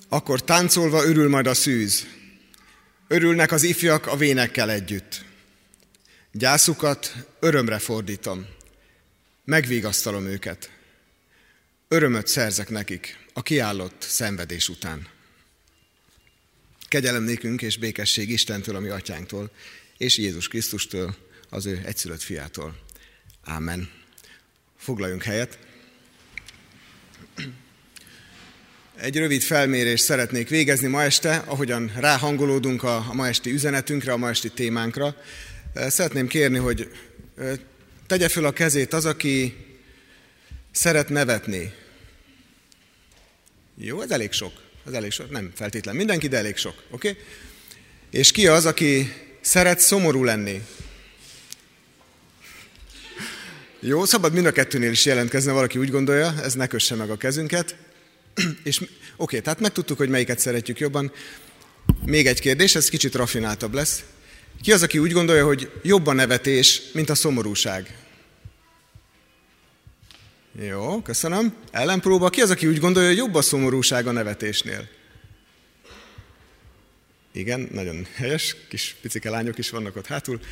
Akkor táncolva örül majd a szűz. Örülnek az ifjak a vénekkel együtt. Gyászukat örömre fordítom. Megvigasztalom őket. Örömöt szerzek nekik a kiállott szenvedés után. Kegyelem nékünk és békesség Istentől, a mi atyánktól, és Jézus Krisztustól, az ő egyszülött fiától. Ámen. Foglaljunk helyet. Egy rövid felmérést szeretnék végezni ma este, ahogyan ráhangolódunk a ma esti üzenetünkre, a ma esti témánkra. Szeretném kérni, hogy tegye föl a kezét az, aki szeret nevetni. Jó, ez elég sok. Nem feltétlen mindenki, de elég sok. Oké? És ki az, aki szeret szomorú lenni? Jó, szabad mind a kettőnél is jelentkezne, valaki úgy gondolja, ez ne kösse meg a kezünket. És oké, tehát megtudtuk, hogy melyiket szeretjük jobban. Még egy kérdés, ez kicsit raffináltabb lesz. Ki az, aki úgy gondolja, hogy jobb a nevetés, mint a szomorúság? Jó, köszönöm. Ellenpróba. Ki az, aki úgy gondolja, hogy jobb a szomorúság a nevetésnél? Igen, nagyon helyes. Kis picike lányok is vannak ott hátul.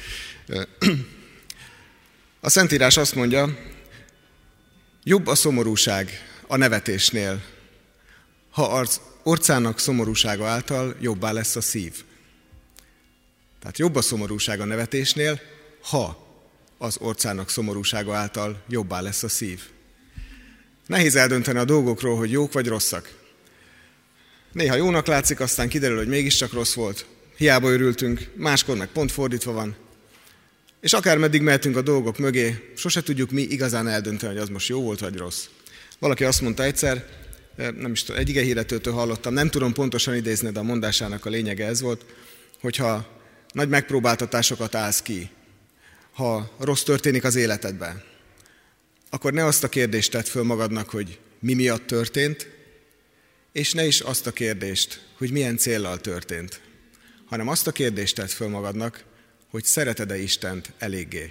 A Szentírás azt mondja, jobb a szomorúság a nevetésnél, ha az orcának szomorúsága által jobbá lesz a szív. Tehát jobb a szomorúság a nevetésnél, ha az orcának szomorúsága által jobbá lesz a szív. Nehéz eldönteni a dolgokról, hogy jók vagy rosszak. Néha jónak látszik, aztán kiderül, hogy mégiscsak rossz volt. Hiába örültünk, máskor meg pont fordítva van. És akármeddig mehetünk a dolgok mögé, sose tudjuk mi igazán eldönteni, hogy az most jó volt vagy rossz. Valaki azt mondta egyszer, nem is tudom, egy igehirdetőtől hallottam, nem tudom pontosan idézni, de a mondásának a lényege ez volt, hogyha nagy megpróbáltatásokat állsz ki, ha rossz történik az életedben, akkor ne azt a kérdést tedd föl magadnak, hogy mi miatt történt, és ne is azt a kérdést, hogy milyen céllal történt, hanem azt a kérdést tedd föl magadnak, hogy szereted-e Istent eléggé.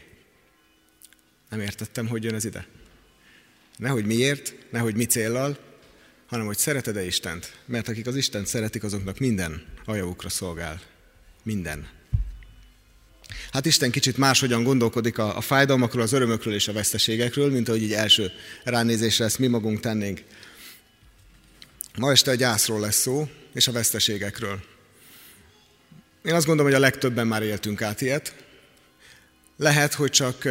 Nem értettem, hogy jön ez ide. Nehogy miért, nehogy mi céllal, hanem hogy szereted-e Istent. Mert akik az Istent szeretik, azoknak minden a javukra szolgál. Minden. Hát Isten kicsit máshogyan gondolkodik a fájdalmakról, az örömökről és a veszteségekről, mint ahogy így első ránézésre ezt mi magunk tennénk. Ma este a gyászról lesz szó, és a veszteségekről. Én azt gondolom, hogy a legtöbben már éltünk át ilyet. Lehet, hogy csak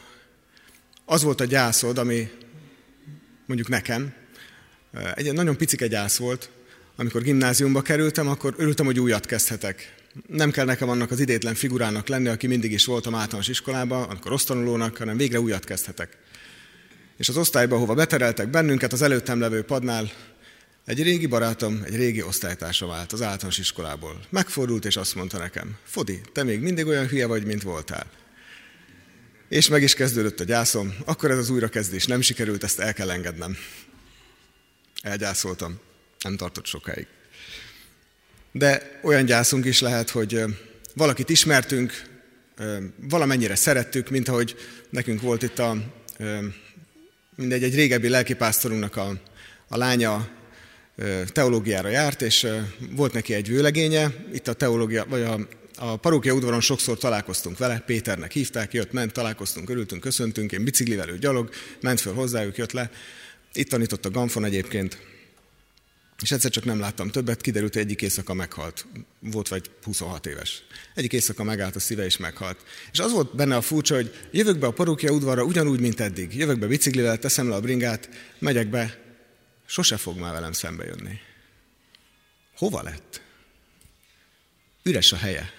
az volt a gyászod, ami mondjuk nekem, egy nagyon picike gyász volt, amikor gimnáziumba kerültem, akkor örültem, hogy újat kezdhetek. Nem kell nekem annak az idétlen figurának lenni, aki mindig is voltam általános iskolában, amikor osztanulónak, hanem végre újat kezdhetek. És az osztályba, hova betereltek bennünket, az előttem levő padnál egy régi barátom, egy régi osztálytársam állt az általános iskolából. Megfordult és azt mondta nekem, Fodi, te még mindig olyan hülye vagy, mint voltál. És meg is kezdődött a gyászom, akkor ez az újrakezdés nem sikerült, ezt el kell engednem. Elgyászoltam, nem tartott sokáig. De olyan gyászunk is lehet, hogy valakit ismertünk, valamennyire szerettük, mint ahogy nekünk volt itt egy régebbi lelkipásztorunknak a lánya teológiára járt, és volt neki egy vőlegénye, itt a teológia, vagy a parókia udvaron sokszor találkoztunk vele, Péternek hívták, jött, ment, találkoztunk, örültünk, köszöntünk, én biciklivel, ő gyalog, ment föl hozzájuk, jött le, itt tanított a Ganfon egyébként, és egyszer csak nem láttam többet, kiderült, hogy egyik éjszaka meghalt, volt vagy 26 éves. Egyik éjszaka megállt a szíve és meghalt. És az volt benne a furcsa, hogy jövök be a parókia udvarra ugyanúgy, mint eddig, jövök be biciklivel, teszem le a bringát, megyek be, sose fog már velem szembe jönni. Hova lett? Üres a helye.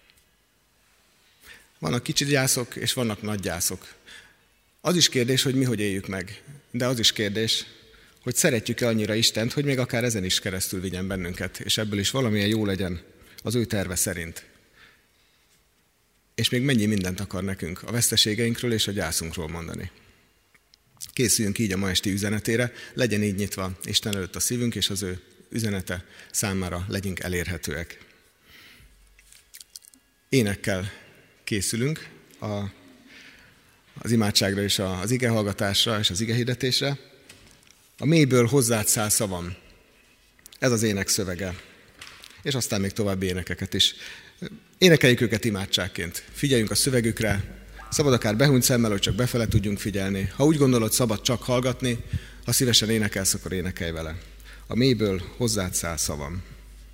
Vannak kicsi gyászok, és vannak nagy gyászok. Az is kérdés, hogy mi hogy éljük meg. De az is kérdés, hogy szeretjük-e annyira Istent, hogy még akár ezen is keresztül vigyen bennünket, és ebből is valamilyen jó legyen az ő terve szerint. És még mennyi mindent akar nekünk a veszteségeinkről és a gyászunkról mondani. Készüljünk így a ma esti üzenetére, legyen így nyitva Isten előtt a szívünk, és az ő üzenete számára legyünk elérhetőek. Énekkel készülünk az imádságra és az igehallgatásra és az igehirdetésre. A mélyből hozzád száll szavam. Ez az ének szövege. És aztán még további énekeket is. Énekeljük őket imádságként. Figyeljünk a szövegükre. Szabad akár behúnyt szemmel, hogy csak befele tudjunk figyelni. Ha úgy gondolod, szabad csak hallgatni, ha szívesen énekelsz, akkor énekelj vele. A mélyből hozzád száll szavam.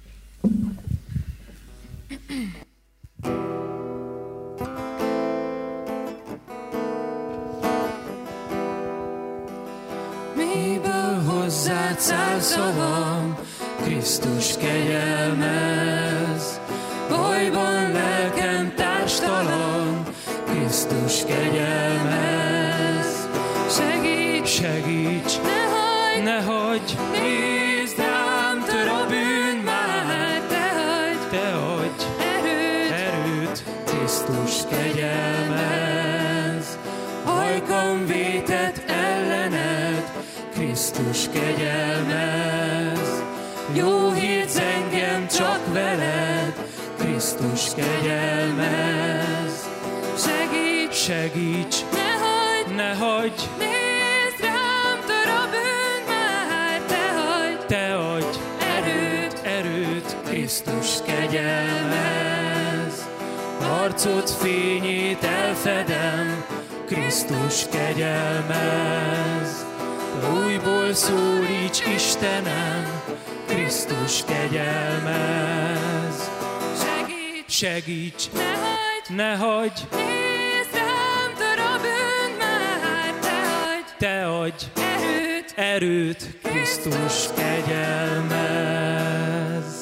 Mélyből hozzád száll szavam, Krisztus kegyelmez. Bajban lelkem társtalan, Krisztus kegyelmez. Segíts, ne hagyj, nézd rám, tör a bűn már, te adj erőt, Krisztus kegyelmez. Hajkam vétett ellened, Krisztus kegyelmez. Jó hírt zengem csak veled, Krisztus kegyelmez. Segíts, ne hagyj, nézd rám, tör a bűn már, te adj erőt, Krisztus kegyelmez. Arcod fényét elfedem, Krisztus kegyelmez. Újból szólíts Istenem, Krisztus kegyelmez. Segíts, ne hagyj, nézd rám, tör a bűn már, te adj erőt, Krisztus kegyelmez.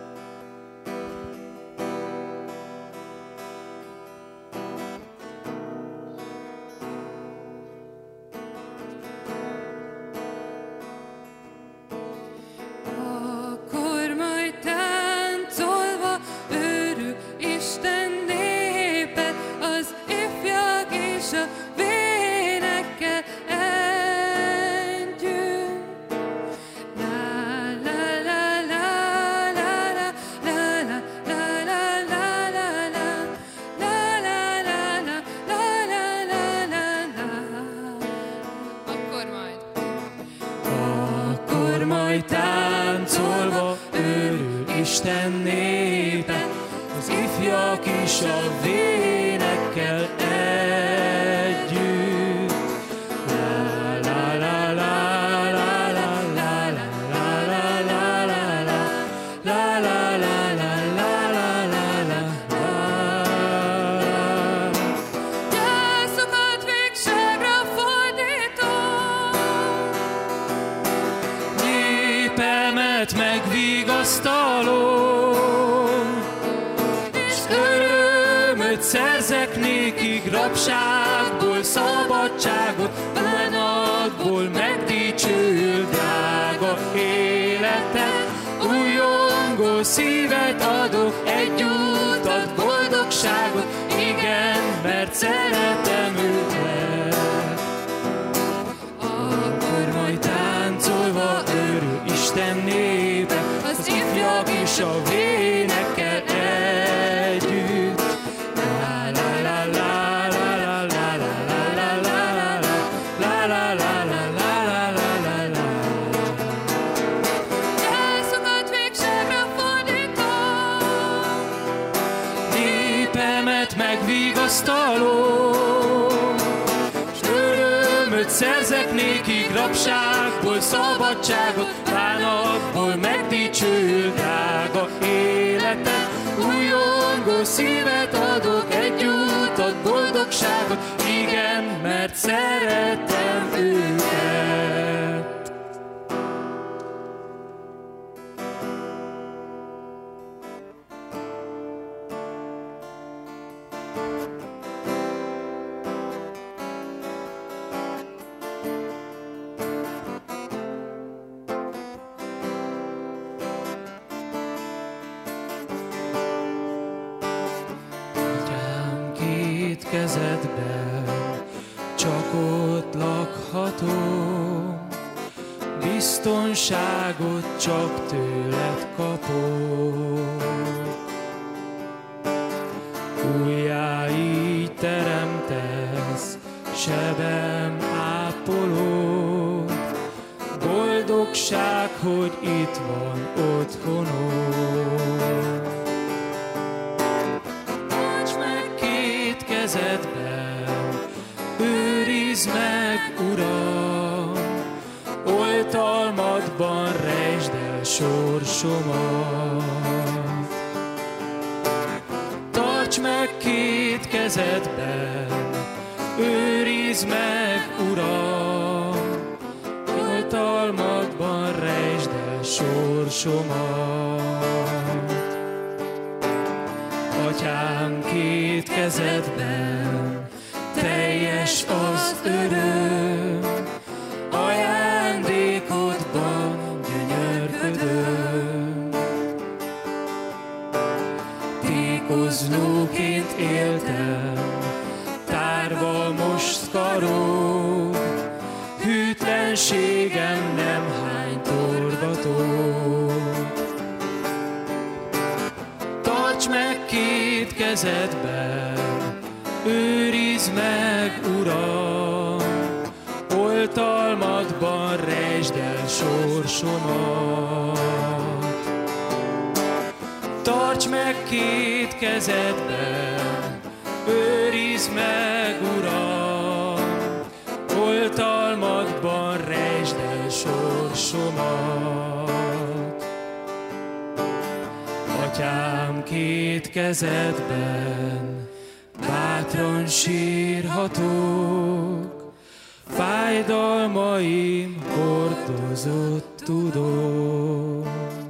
Isten népe, az ifjak is a vénekkel együtt. La la la la la la la la la la la la la. Gyászokat végségre fordítom, népemet megvigasztalom, és örömöt szerzek nékig, rabságból szabadságot, bánatból megdicsőül drága életet. Újongó szívet adok, egy utat, boldogságot, igen, mert szeretem őket. Akkor majd táncolva örül Isten népe, az ifjak is a vénekkel együtt. La la la la la la la la la la la la la. Gyászokat végségre fordítom, népemet megvigasztalom, s örömöt szerzek nékig, rabságból szabadságot, bánatból megdicsőül drága életet. Újongó szívet adok, egy utat, boldogságot, igen, mert szeretem őket. Kezedben csak ott lakhatom, biztonságot csak tőled kapok. Újjá így teremtesz, sebem ápolod, boldog boldogság, hogy itt van otthonod. Tarts meg két kezedben, őrizd meg, Uram, oltalmadban rejtsd el sorsomat. Tarts meg két kezedben, őrizd meg, Uram, oltalmadban rejtsd el sorsomat. Atyám, két kezedben teljes az öröm, ajándékodban gyönyörködöm. Tékozlóként éltem, tárva most karod, hűtlenségem nem hány torgatót. Tarts meg két kezedben, őrizd meg, Uram, oltalmadban rejtsd el sorsomat. Tarts meg két kezedben, őrizd meg, Uram, oltalmadban rejtsd el sorsomat. Atyám, két kezedben bátran sírhatok, fájdalmaim hordozott tudom.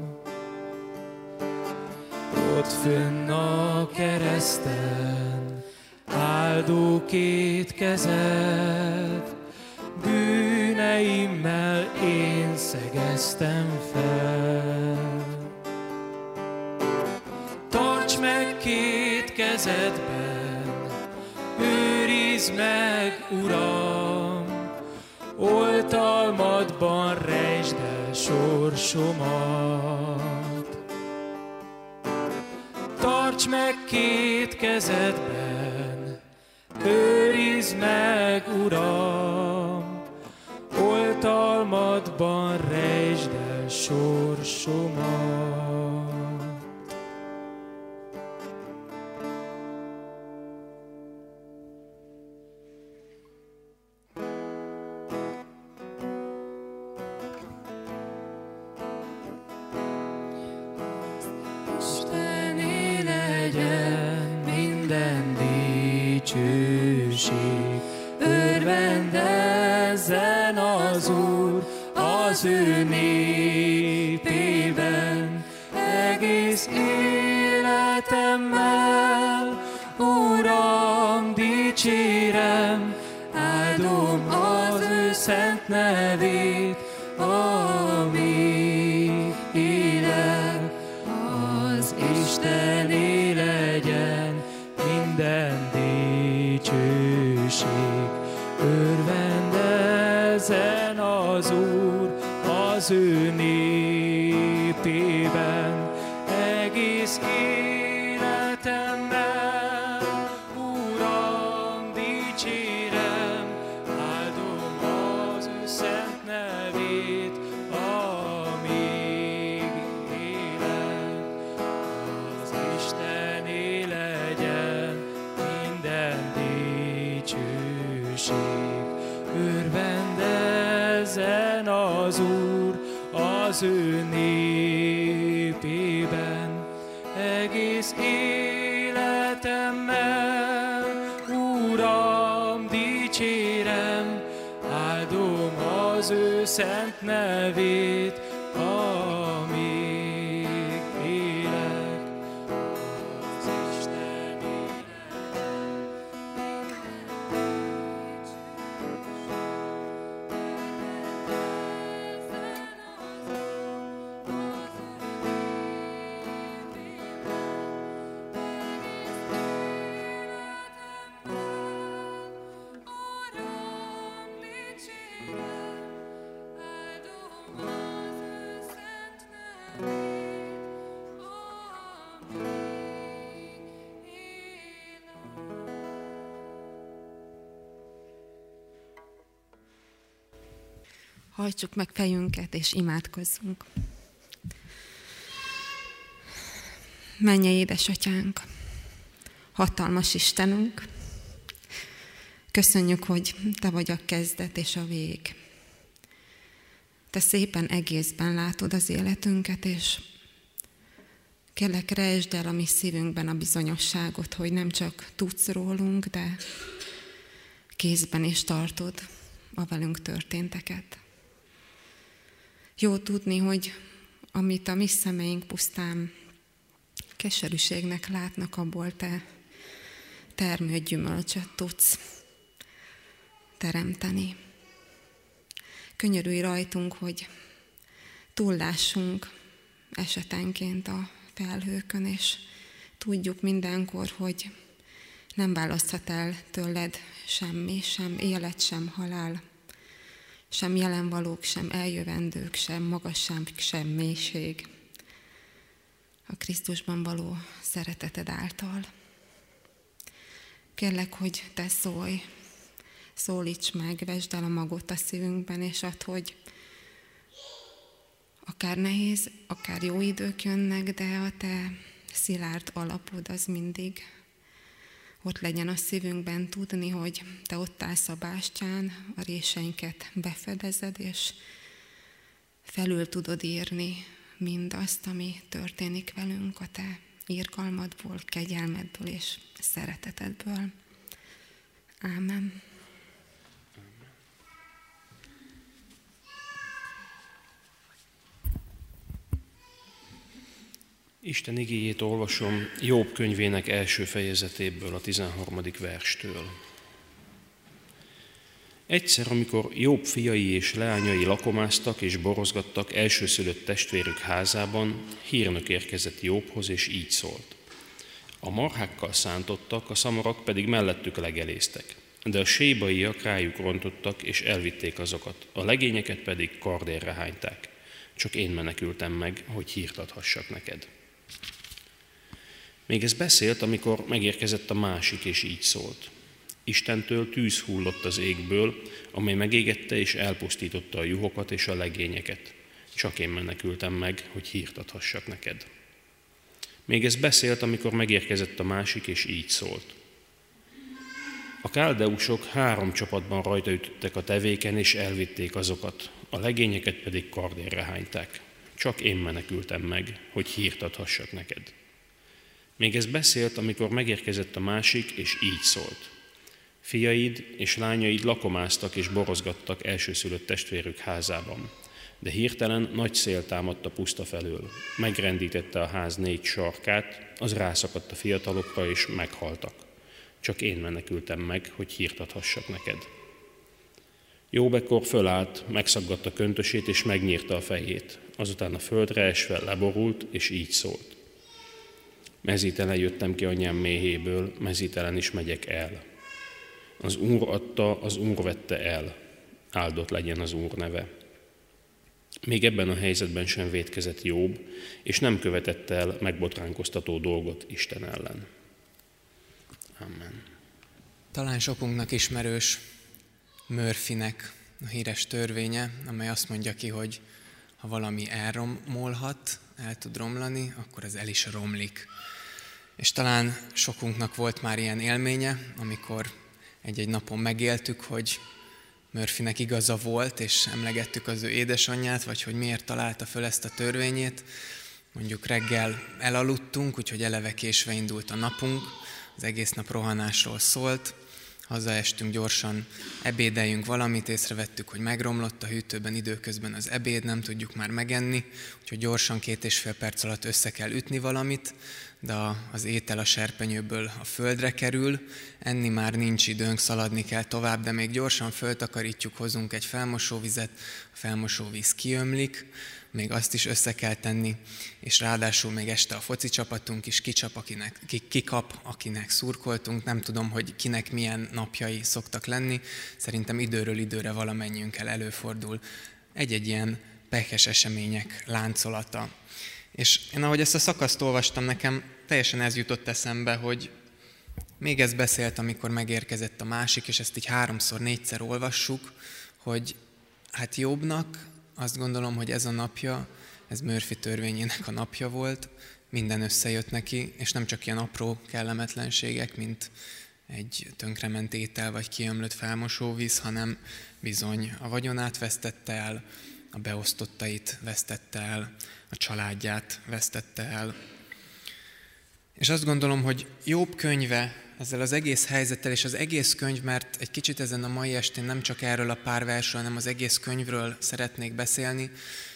Ott fönn a kereszten áldó két kezed, bűneimmel én szegeztem fel. Tarts meg két kezedben, őrizd meg, Uram, oltalmadban rejtsd el sorsomat. Tarts meg két kezedben, őrizd meg, Uram, oltalmadban rejtsd el sorsomat. Istené legyen minden dicsőség, örvendezzen az Úr az ő népében. Egész életemmel, Uram, dicsérem, áldom az ő szent nevét, amíg élek. Az Istené legyen minden dicsőség, örvendezzen az Úr az ő népében. Egész életemmel, Uram, dicsérem, áldom az ő szent nevét, amíg élek. Az Istené legyen minden dicsőség, örvendezzen az Úr az ő népében. Egész életemmel, Uram, dicsérem, áldom az ő szent nevét, amíg élek. Az Istené Uram, dicsérem, áldom az Hajtsuk meg fejünket, és imádkozzunk. Mennyei édesatyánk, hatalmas Istenünk, köszönjük, hogy Te vagy a kezdet és a vég. Te szépen egészben látod az életünket, és kérlek, rejtsd el a mi szívünkben a bizonyosságot, hogy nem csak tudsz rólunk, de kézben is tartod a velünk történteket. Jó tudni, hogy amit a mi szemeink pusztán keserűségnek látnak, abból Te termő gyümölcsöt tudsz teremteni. Könyörülj rajtunk, hogy túllássunk esetenként a felhőkön, és tudjuk mindenkor, hogy nem választhat el tőled semmi, sem élet, sem halál, sem jelenvalók, sem eljövendők, sem magasság, sem mélység. A Krisztusban való szereteted által. Kérlek, hogy Te szólj, szólíts meg, vesd el a magot a szívünkben, és add, hogy akár nehéz, akár jó idők jönnek, de a Te szilárd alapod az mindig ott legyen a szívünkben, tudni, hogy Te ott állsz a bástyán, a réseinket befedezed, és felül tudod írni mindazt, ami történik velünk a Te irgalmadból, kegyelmedből és szeretetedből. Ámen. Isten igéjét olvasom Jobb könyvének első fejezetéből, a 13. verstől. Egyszer, amikor Jobb fiai és leányai lakomáztak és borozgattak elsőszülött testvérük házában, hírnök érkezett Jobbhoz, és így szólt. A marhákkal szántottak, a szamarak pedig mellettük legeléztek. De a sébaiak rájuk rontottak, és elvitték azokat, a legényeket pedig kardérre hányták. Csak én menekültem meg, hogy hírt adhassak neked. Még ez beszélt, amikor megérkezett a másik, és így szólt. Istentől tűz hullott az égből, amely megégette és elpusztította a juhokat és a legényeket. Csak én menekültem meg, hogy hírt adhassak neked. Még ez beszélt, amikor megérkezett a másik, és így szólt. A káldeusok 3 csapatban rajtaütöttek a tevéken, és elvitték azokat, a legényeket pedig kardérre hányták. Csak én menekültem meg, hogy hírt adhassak neked. Még ez beszélt, amikor megérkezett a másik, és így szólt. Fiaid és lányaid lakomáztak és borozgattak elsőszülött testvérük házában, de hirtelen nagy szél támadt a puszta felől, megrendítette a ház 4 sarkát, az rászakadt a fiatalokra, és meghaltak. Csak én menekültem meg, hogy hírt adhassak neked. Jobb ekkor fölállt, megszaggatta köntösét, és megnyírta a fejét. Azután a földre esve leborult, és így szólt. Mezítelen jöttem ki anyám méhéből, mezítelen is megyek el. Az Úr adta, az Úr vette el. Áldott legyen az Úr neve. Még ebben a helyzetben sem vétkezett Jobb, és nem követett el megbotránkoztató dolgot Isten ellen. Amen. Talán sokunknak ismerős Murphynek a híres törvénye, amely azt mondja ki, hogy ha valami elromolhat, el tud romlani, akkor ez el is romlik. És talán sokunknak volt már ilyen élménye, amikor egy-egy napon megéltük, hogy Murphynek igaza volt, és emlegettük az ő édesanyját, vagy hogy miért találta föl ezt a törvényét. Mondjuk reggel elaludtunk, úgyhogy eleve késve indult a napunk, az egész nap rohanásról szólt, hazaestünk gyorsan, ebédeljünk valamit, észrevettük, hogy megromlott a hűtőben időközben az ebéd, nem tudjuk már megenni, úgyhogy gyorsan 2,5 perc alatt össze kell ütni valamit, de az étel a serpenyőből a földre kerül, enni már nincs időnk, szaladni kell tovább, de még gyorsan föltakarítjuk, hozunk egy felmosóvizet, a felmosóvíz kiömlik, még azt is össze kell tenni, és ráadásul még este a foci csapatunk is kikap, akinek szurkoltunk. Nem tudom, hogy kinek milyen napjai szoktak lenni. Szerintem időről időre valamennyiünkkel előfordul egy-egy ilyen pekes események láncolata. És én ahogy ezt a szakaszt olvastam, nekem teljesen ez jutott eszembe, hogy még ez beszélt, amikor megérkezett a másik, és ezt így 3-4-szer olvassuk, hogy Hát Jobbnak azt gondolom, hogy ez a napja, ez Murphy törvényének a napja volt, minden összejött neki, és nem csak ilyen apró kellemetlenségek, mint egy tönkrement étel vagy kiömlött felmosóvíz, hanem bizony a vagyonát vesztette el, a beosztottait vesztette el, a családját vesztette el. És azt gondolom, hogy Jobb könyve ezzel az egész helyzettel, és az egész könyv, mert egy kicsit ezen a mai estén nem csak erről a pár versről, hanem az egész könyvről szeretnék beszélni,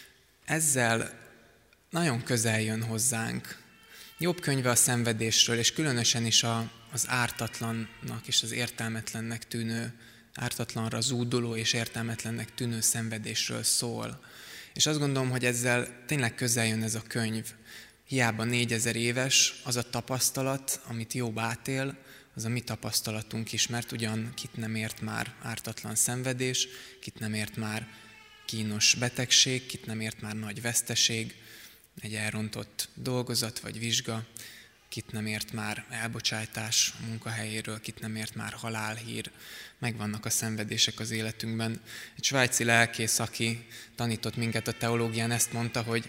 ezzel nagyon közel jön hozzánk. Jobb könyve a szenvedésről, és különösen is az ártatlannak és az értelmetlennek tűnő, ártatlanra zúduló és értelmetlennek tűnő szenvedésről szól. És azt gondolom, hogy ezzel tényleg közel jön ez a könyv. Hiába 4000 éves az a tapasztalat, amit Jobb átél, az a mi tapasztalatunk is, mert ugyan kit nem ért már ártatlan szenvedés, kit nem ért már kínos betegség, kit nem ért már nagy veszteség, egy elrontott dolgozat vagy vizsga, kit nem ért már elbocsátás a munkahelyéről, kit nem ért már halálhír, megvannak a szenvedések az életünkben. Egy svájci lelkész, aki tanított minket a teológián, ezt mondta, hogy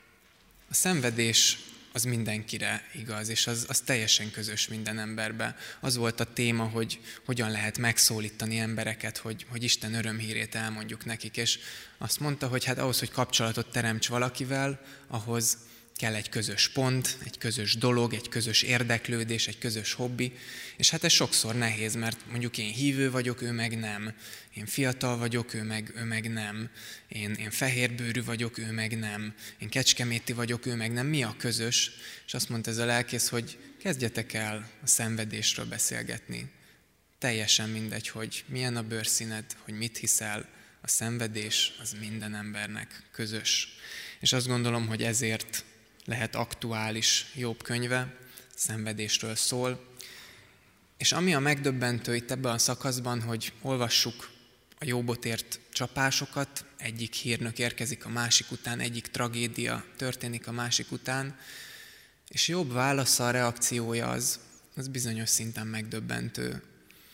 a szenvedés az mindenkire igaz, és az teljesen közös minden emberbe. Az volt a téma, hogy hogyan lehet megszólítani embereket, hogy Isten örömhírét elmondjuk nekik, és azt mondta, hogy hát ahhoz, hogy kapcsolatot teremts valakivel, ahhoz kell egy közös pont, egy közös dolog, egy közös érdeklődés, egy közös hobbi, és hát ez sokszor nehéz, mert mondjuk én hívő vagyok, ő meg nem. Én fiatal vagyok, ő meg nem. Én fehérbőrű vagyok, ő meg nem. Én kecskeméti vagyok, ő meg nem. Mi a közös? És azt mondta ez a lelkész, hogy kezdjetek el a szenvedésről beszélgetni. Teljesen mindegy, hogy milyen a bőrszíned, hogy mit hiszel, a szenvedés az minden embernek közös. És azt gondolom, hogy ezért lehet aktuális Jobb könyve, szenvedésről szól. És ami a megdöbbentő itt ebben a szakaszban, hogy olvassuk a Jobbot ért csapásokat, egyik hírnök érkezik a másik után, egyik tragédia történik a másik után, és Jobb válasza, a reakciója az bizonyos szinten megdöbbentő.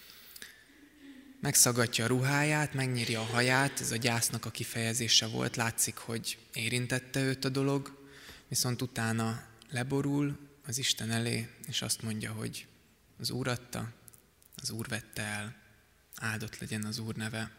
Megszagatja a ruháját, megnyírja a haját, ez a gyásznak a kifejezése volt, látszik, hogy érintette őt a dolog, viszont utána leborul az Isten elé, és azt mondja, hogy az Úr adta, az Úr vette el, áldott legyen az Úr neve.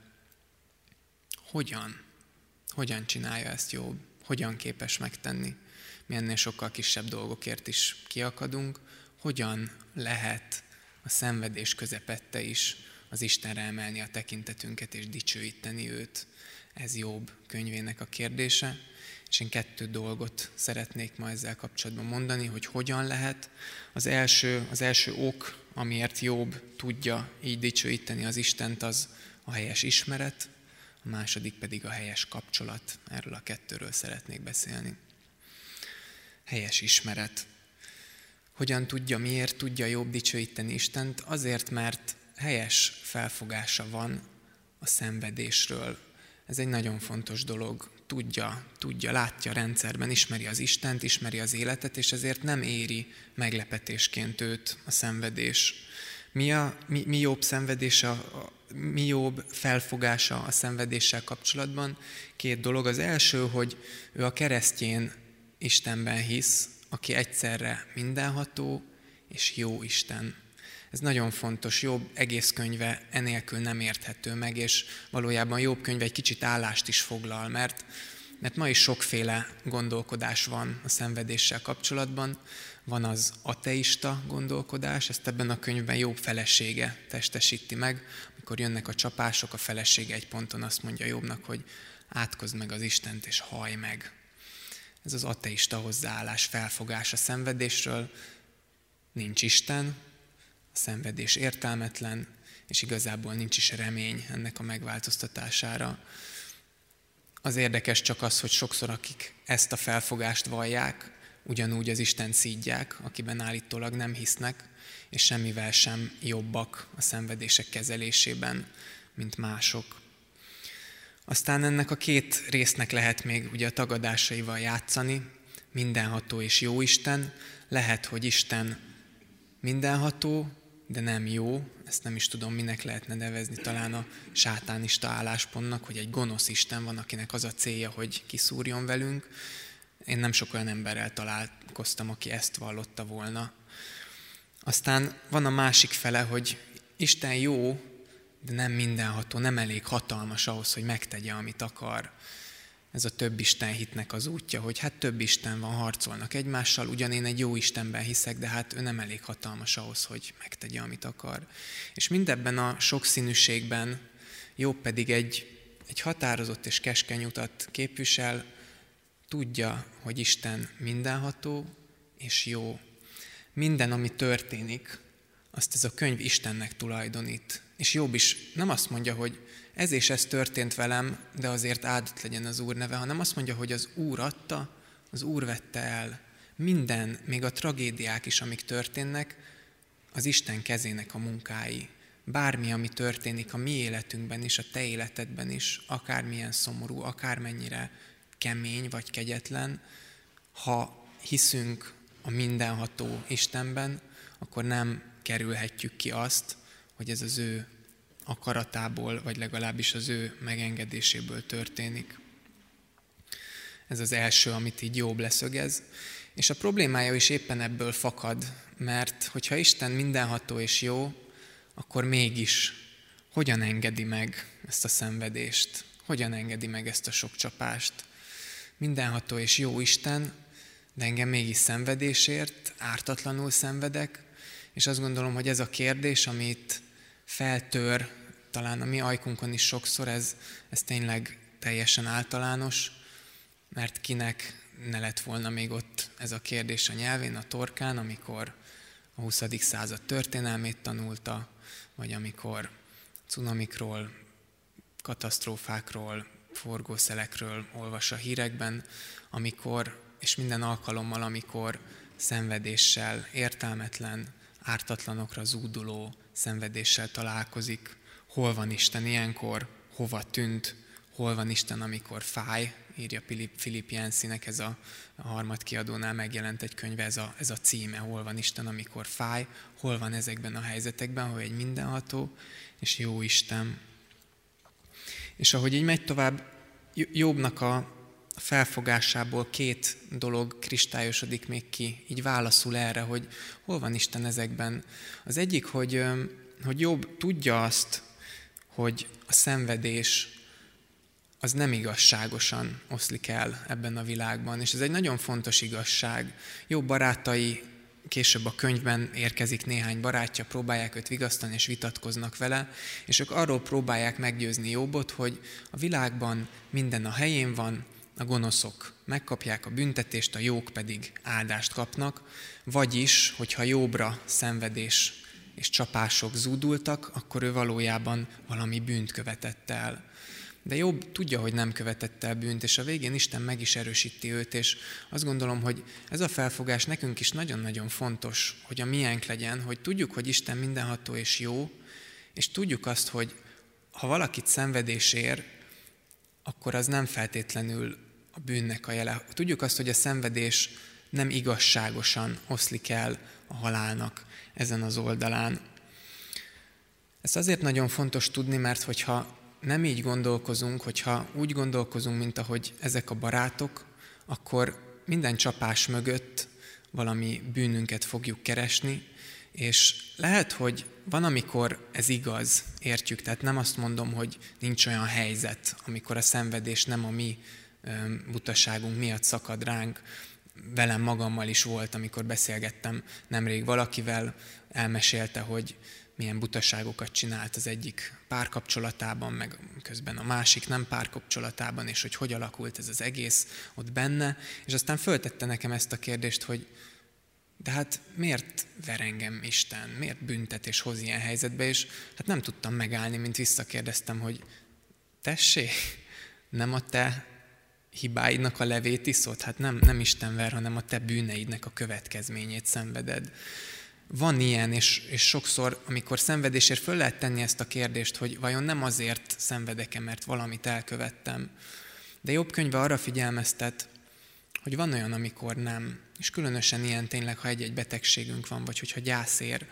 Hogyan csinálja ezt Jobb? Hogyan képes megtenni? Mi ennél sokkal kisebb dolgokért is kiakadunk. Hogyan lehet a szenvedés közepette is az Istenre emelni a tekintetünket és dicsőíteni őt? Ez Jobb könyvének a kérdése. És én 2 dolgot szeretnék ma ezzel kapcsolatban mondani, hogy hogyan lehet. Az első ok, amiért Jobb tudja így dicsőíteni az Istent, az a helyes ismeret, a második pedig a helyes kapcsolat. Erről a 2-ről szeretnék beszélni. Helyes ismeret. Miért tudja Jobb dicsőíteni Istent? Azért, mert helyes felfogása van a szenvedésről. Ez egy nagyon fontos dolog. Tudja, látja a rendszerben, ismeri az Istent, ismeri az életet, és ezért nem éri meglepetésként őt a szenvedés. Mi Jobb szenvedése, mi Jobb felfogása a szenvedéssel kapcsolatban? 2 dolog. Az első, hogy ő a keresztjén Istenben hisz, aki egyszerre mindenható és jó Isten. Ez nagyon fontos, Jobb egész könyve enélkül nem érthető meg, és valójában Jobb könyve egy kicsit állást is foglal, mert ma is sokféle gondolkodás van a szenvedéssel kapcsolatban. Van az ateista gondolkodás, ezt ebben a könyvben Jobb felesége testesíti meg. Amikor jönnek a csapások, a felesége egy ponton azt mondja Jobbnak, hogy átkozd meg az Istent és hallj meg. Ez az ateista hozzáállás, felfogás a szenvedésről. Nincs Isten, a szenvedés értelmetlen, és igazából nincs is remény ennek a megváltoztatására. Az érdekes csak az, hogy sokszor akik ezt a felfogást vallják, ugyanúgy az Istent szídják, akiben állítólag nem hisznek, és semmivel sem jobbak a szenvedések kezelésében, mint mások. Aztán ennek a 2 résznek lehet még ugye a tagadásaival játszani, mindenható és jó Isten. Lehet, hogy Isten mindenható, de nem jó. Ezt nem is tudom, minek lehetne nevezni, talán a sátánista álláspontnak, hogy egy gonosz Isten van, akinek az a célja, hogy kiszúrjon velünk. Én nem sok olyan emberrel találkoztam, aki ezt vallotta volna. Aztán van a másik fele, hogy Isten jó, de nem mindenható, nem elég hatalmas ahhoz, hogy megtegye, amit akar. Ez a több Isten hitnek az útja, hogy hát több Isten van, harcolnak egymással, ugyan én egy jó Istenben hiszek, de hát ő nem elég hatalmas ahhoz, hogy megtegye, amit akar. És mindebben a sokszínűségben Jobb pedig egy határozott és keskeny utat képvisel, tudja, hogy Isten mindenható és jó. Minden, ami történik, azt ez a könyv Istennek tulajdonít. És Jobb is nem azt mondja, hogy ez és ez történt velem, de azért áldott legyen az Úr neve, hanem azt mondja, hogy az Úr adta, az Úr vette el. Minden, még a tragédiák is, amik történnek, az Isten kezének a munkái. Bármi, ami történik a mi életünkben is, a te életedben is, akármilyen szomorú, akármennyire kemény vagy kegyetlen, ha hiszünk a mindenható Istenben, akkor nem kerülhetjük ki azt, hogy ez az ő akaratából, vagy legalábbis az ő megengedéséből történik. Ez az első, amit így Jobb leszögez. És a problémája is éppen ebből fakad, mert hogyha Isten mindenható és jó, akkor mégis hogyan engedi meg ezt a szenvedést? Hogyan engedi meg ezt a sok csapást? Mindenható és jó Isten, de engem mégis szenvedésért, ártatlanul szenvedek, és azt gondolom, hogy ez a kérdés, amit feltör, talán a mi ajkunkon is sokszor, ez tényleg teljesen általános, mert kinek ne lett volna még ott ez a kérdés a nyelvén, a torkán, amikor a 20. század történelmét tanulta, vagy amikor cunamikról, katasztrófákról, forgószelekről olvas a hírekben, amikor, és minden alkalommal, amikor szenvedéssel, értelmetlen, ártatlanokra zúduló szenvedéssel találkozik. Hol van Isten ilyenkor? Hova tűnt? Hol van Isten, amikor fáj? Írja Philip Yanceynek, ez a harmadkiadónál megjelent egy könyve, ez a címe. Hol van Isten, amikor fáj? Hol van ezekben a helyzetekben, hogy egy mindenható és jó Isten? És ahogy így megy tovább, Jobbnak a felfogásából két dolog kristályosodik még ki, így válaszul erre, hogy hol van Isten ezekben. Az egyik, hogy Jobb tudja azt, hogy a szenvedés az nem igazságosan oszlik el ebben a világban, és ez egy nagyon fontos igazság. Jobb barátai, később a könyvben érkezik néhány barátja, próbálják őt vigasztani és vitatkoznak vele, és ők arról próbálják meggyőzni Jobbot, hogy a világban minden a helyén van, a gonoszok megkapják a büntetést, a jók pedig áldást kapnak, vagyis, hogyha Jobbra szenvedés és csapások zúdultak, akkor ő valójában valami bűnt követett el. De Jobb tudja, hogy nem követett el bűnt, és a végén Isten meg is erősíti őt, és azt gondolom, hogy ez a felfogás nekünk is nagyon-nagyon fontos, hogy a miénk legyen, hogy tudjuk, hogy Isten mindenható és jó, és tudjuk azt, hogy ha valakit szenvedés ér, akkor az nem feltétlenül a bűnnek a jele. Tudjuk azt, hogy a szenvedés nem igazságosan oszlik el a halálnak ezen az oldalán. Ez azért nagyon fontos tudni, mert hogyha nem így gondolkozunk, hogyha úgy gondolkozunk, mint ahogy ezek a barátok, akkor minden csapás mögött valami bűnünket fogjuk keresni, és lehet, hogy van, amikor ez igaz, értjük, tehát nem azt mondom, hogy nincs olyan helyzet, amikor a szenvedés nem a mi butaságunk miatt szakad ránk. Velem magammal is volt, amikor beszélgettem nemrég valakivel, elmesélte, hogy milyen butaságokat csinált az egyik párkapcsolatában, meg közben a másik nem párkapcsolatában, és hogy alakult ez az egész ott benne. És aztán föltette nekem ezt a kérdést, hogy de hát miért ver engem Isten, miért büntet és hoz ilyen helyzetbe, és hát nem tudtam megállni, mint visszakérdeztem, hogy tessék, nem a te hibáidnak a levét iszod? Hát nem Isten ver, hanem a te bűneidnek a következményét szenveded. Van ilyen, és sokszor, amikor szenvedésért föl lehet tenni ezt a kérdést, hogy vajon nem azért szenvedek-e, mert valamit elkövettem. De Jobb könyve arra figyelmeztet, hogy van olyan, amikor nem. És különösen ilyen tényleg, ha egy-egy betegségünk van, vagy hogyha gyász ér,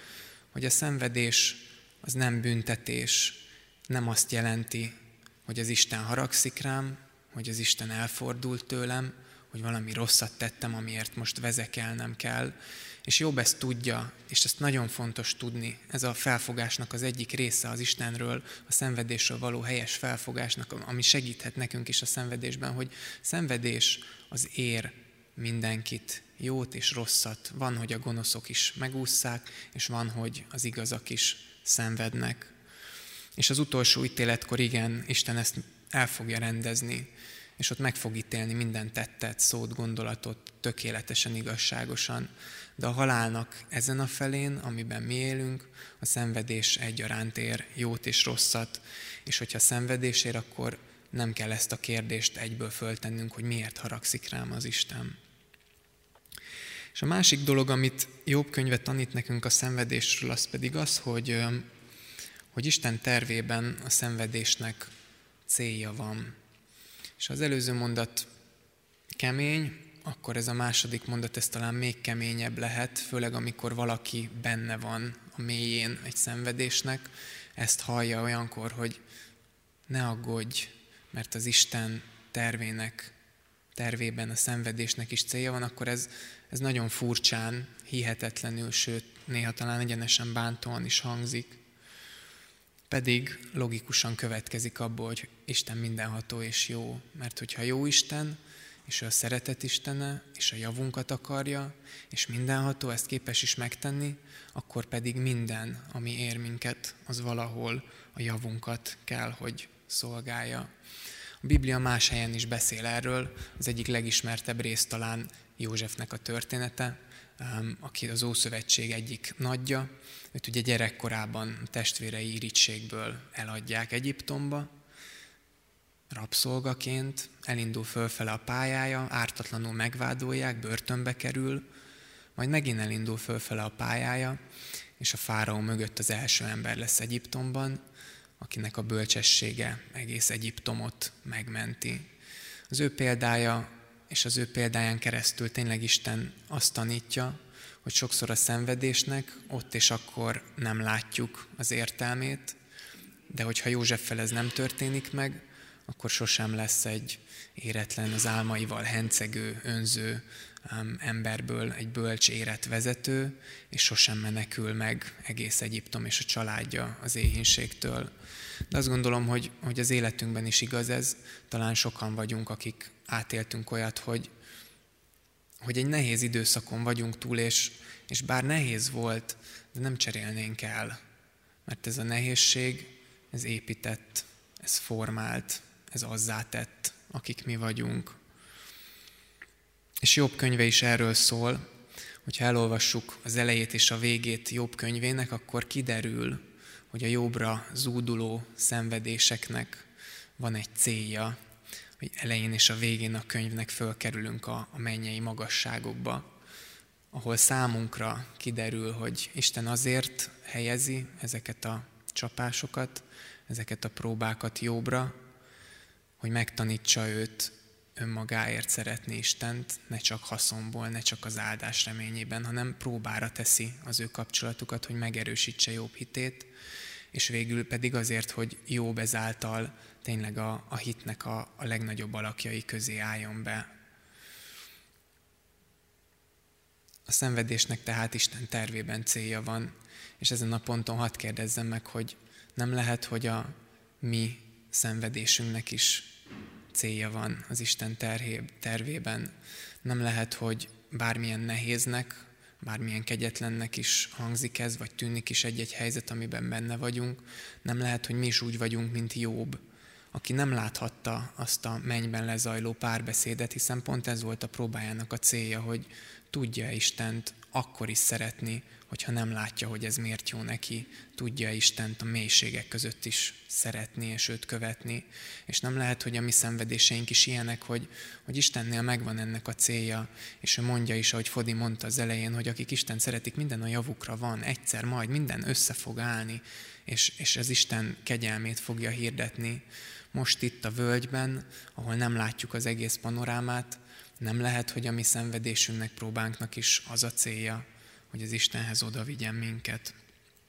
hogy a szenvedés az nem büntetés, nem azt jelenti, hogy az Isten haragszik rám, hogy az Isten elfordult tőlem, hogy valami rosszat tettem, amiért most vezekelnem kell. És Jobb ezt tudja, és ezt nagyon fontos tudni. Ez a felfogásnak az egyik része az Istenről, a szenvedésről való helyes felfogásnak, ami segíthet nekünk is a szenvedésben, hogy szenvedés az ér mindenkit, jót és rosszat. Van, hogy a gonoszok is megússzák, és van, hogy az igazak is szenvednek. És az utolsó ítéletkor igen, Isten ezt el fogja rendezni, és ott meg fog ítélni minden tettet, szót, gondolatot tökéletesen, igazságosan. De a halálnak ezen a felén, amiben mi élünk, a szenvedés egyaránt ér jót és rosszat, és hogyha szenvedés ér, akkor nem kell ezt a kérdést egyből föltennünk, hogy miért haragszik rám az Isten. És a másik dolog, amit Jobb könyve tanít nekünk a szenvedésről, az pedig az, hogy Isten tervében a szenvedésnek célja van. És ha az előző mondat kemény, akkor ez a második mondat, ez talán még keményebb lehet, főleg amikor valaki benne van a mélyén egy szenvedésnek, ezt hallja olyankor, hogy ne aggódj, mert az Isten tervében a szenvedésnek is célja van, akkor ez nagyon furcsán, hihetetlenül, sőt, néha talán egyenesen bántóan is hangzik. Pedig logikusan következik abból, hogy Isten mindenható és jó. Mert hogyha jó Isten, és ő a szeretet Istene, és a javunkat akarja, és mindenható, ezt képes is megtenni, akkor pedig minden, ami ér minket, az valahol a javunkat kell, hogy szolgálja. A Biblia más helyen is beszél erről, az egyik legismertebb rész talán Józsefnek a története, aki az Ószövetség egyik nagyja. Őt ugye gyerekkorában testvérei irítségből eladják Egyiptomba, rabszolgaként, elindul fölfele a pályája, ártatlanul megvádolják, börtönbe kerül, majd megint elindul fölfele a pályája, és a fáraó mögött az első ember lesz Egyiptomban, akinek a bölcsessége egész Egyiptomot megmenti. Az ő példája és az ő példáján keresztül tényleg Isten azt tanítja, hogy sokszor a szenvedésnek ott és akkor nem látjuk az értelmét, de hogyha Józseffel ez nem történik meg, akkor sosem lesz egy éretlen, az álmaival hencegő, önző emberből egy bölcs életvezető, és sosem menekül meg egész Egyiptom és a családja az éhínségtől. De azt gondolom, hogy az életünkben is igaz ez, talán sokan vagyunk, akik átéltünk olyat, hogy egy nehéz időszakon vagyunk túl, és bár nehéz volt, de nem cserélnénk el. Mert ez a nehézség, ez épített, ez formált, ez azzá tett, akik mi vagyunk. És Jobb könyve is erről szól, hogyha elolvassuk az elejét és a végét Jobb könyvének, akkor kiderül, hogy a Jobbra zúduló szenvedéseknek van egy célja, hogy elején és a végén a könyvnek fölkerülünk a mennyei magasságokba, ahol számunkra kiderül, hogy Isten azért helyezi ezeket a csapásokat, ezeket a próbákat Jobbra, hogy megtanítsa őt önmagáért szeretni Istent, ne csak haszonból, ne csak az áldás reményében, hanem próbára teszi az ő kapcsolatukat, hogy megerősítse Jobb hitét, és végül pedig azért, hogy Jobb ezáltal tényleg a hitnek a legnagyobb alakjai közé álljon be. A szenvedésnek tehát Isten tervében célja van, és ezen a ponton hadd kérdezzem meg, hogy nem lehet, hogy a mi szenvedésünknek is célja van az Isten tervében. Nem lehet, hogy bármilyen nehéznek, bármilyen kegyetlennek is hangzik ez, vagy tűnik is egy-egy helyzet, amiben benne vagyunk, nem lehet, hogy mi is úgy vagyunk, mint Jobb, aki nem láthatta azt a mennyben lezajló párbeszédet, hiszen pont ez volt a próbájának a célja, hogy tudja Istent akkor is szeretni, hogyha nem látja, hogy ez miért jó neki, tudja Istent a mélységek között is szeretni és őt követni. És nem lehet, hogy a mi szenvedéseink is ilyenek, hogy Istennél megvan ennek a célja, és ő mondja is, ahogy Fodi mondta az elején, hogy akik Istent szeretik, minden a javukra van, egyszer majd minden össze fog állni, és az Isten kegyelmét fogja hirdetni. Most itt a völgyben, ahol nem látjuk az egész panorámát, nem lehet, hogy a mi szenvedésünknek, próbánknak is az a célja, hogy az Istenhez oda vigyen minket.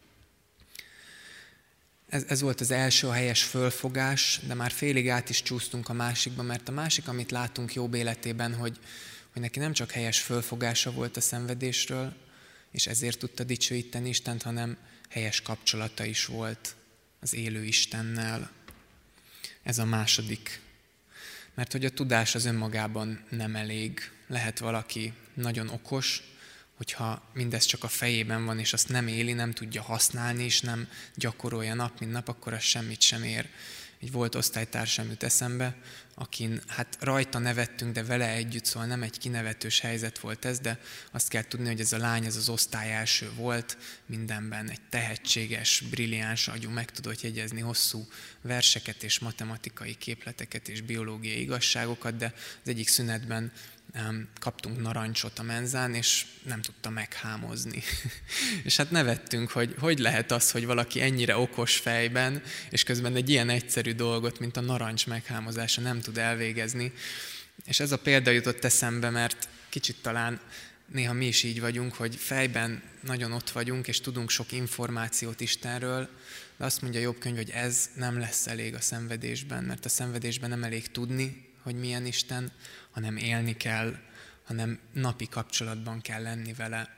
Ez volt az első, a helyes fölfogás, de már félig át is csúsztunk a másikba, mert a másik, amit látunk Jobb életében, hogy neki nem csak helyes fölfogása volt a szenvedésről, és ezért tudta dicsőíteni Istent, hanem helyes kapcsolata is volt az élő Istennel. Ez a második. Mert hogy a tudás az önmagában nem elég. Lehet valaki nagyon okos, hogyha mindez csak a fejében van, és azt nem éli, nem tudja használni, és nem gyakorolja nap, mint nap, akkor az semmit sem ér. Egy volt osztálytársam jut eszembe, akin hát rajta nevettünk, de vele együtt, szóval nem egy kinevetős helyzet volt ez, de azt kell tudni, hogy ez a lány, ez az osztály első volt, mindenben egy tehetséges, brilliáns agyú, meg tudott jegyezni hosszú verseket és matematikai képleteket és biológiai igazságokat, de az egyik szünetben kaptunk narancsot a menzán, és nem tudta meghámozni. És hát nevettünk, hogy lehet az, hogy valaki ennyire okos fejben, és közben egy ilyen egyszerű dolgot, mint a narancs meghámozása nem tud elvégezni. És ez a példa jutott eszembe, mert kicsit talán néha mi is így vagyunk, hogy fejben nagyon ott vagyunk, és tudunk sok információt Istenről, de azt mondja Jobb könyv, hogy ez nem lesz elég a szenvedésben, mert a szenvedésben nem elég tudni, hogy milyen Isten, hanem élni kell, hanem napi kapcsolatban kell lenni vele.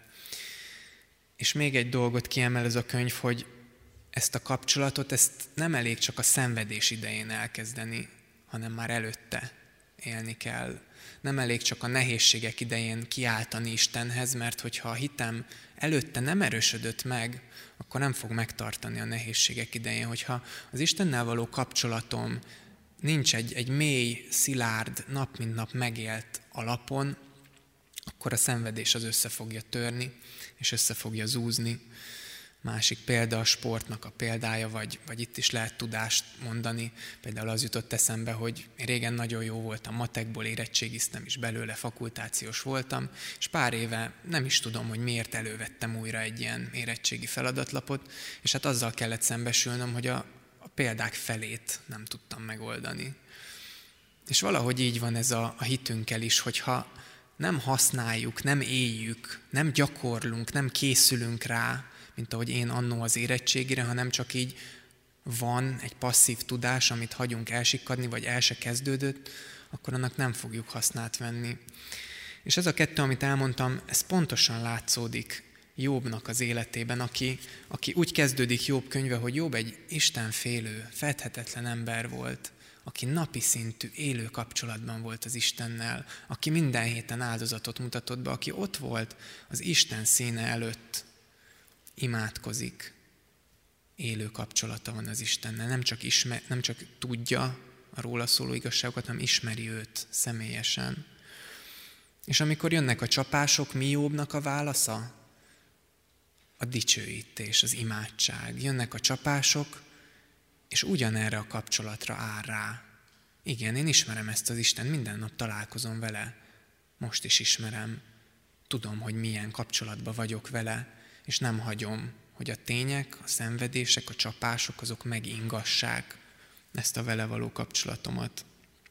És még egy dolgot kiemel ez a könyv, hogy ezt a kapcsolatot, ezt nem elég csak a szenvedés idején elkezdeni, hanem már előtte élni kell. Nem elég csak a nehézségek idején kiáltani Istenhez, mert hogyha a hitem előtte nem erősödött meg, akkor nem fog megtartani a nehézségek idején. Hogyha az Istennel való kapcsolatom nincs egy mély, szilárd, nap mint nap megélt alapon, akkor a szenvedés az össze fogja törni, és össze fogja zúzni. Másik példa a sportnak a példája, vagy itt is lehet tudást mondani. Például az jutott eszembe, hogy régen nagyon jó voltam matekból, érettségiztem is belőle, fakultációs voltam, és pár éve nem is tudom, hogy miért elővettem újra egy ilyen érettségi feladatlapot, és hát azzal kellett szembesülnöm, hogy a példák felét nem tudtam megoldani. És valahogy így van ez a hitünkkel is, hogyha nem használjuk, nem éljük, nem gyakorlunk, nem készülünk rá, mint ahogy én annó az érettségire, hanem csak így van egy passzív tudás, amit hagyunk elsikkadni, vagy el se kezdődött, akkor annak nem fogjuk hasznát venni. És ez a kettő, amit elmondtam, ez pontosan látszódik Jobbnak az életében, aki úgy kezdődik Jobb könyve, hogy Jobb egy istenfélő, fedhetetlen ember volt, aki napi szintű élő kapcsolatban volt az Istennel, aki minden héten áldozatot mutatott be, aki ott volt az Isten színe előtt, imádkozik, élő kapcsolata van az Istennel, nem csak tudja a róla szóló igazságokat, hanem ismeri őt személyesen. És amikor jönnek a csapások, mi Jobbnak a válasza? A dicsőítés, az imádság. Jönnek a csapások, és ugyanerre a kapcsolatra áll rá. Igen, én ismerem ezt az Istent, minden nap találkozom vele. Most is ismerem. Tudom, hogy milyen kapcsolatban vagyok vele, és nem hagyom, hogy a tények, a szenvedések, a csapások, azok megingassák ezt a vele való kapcsolatomat.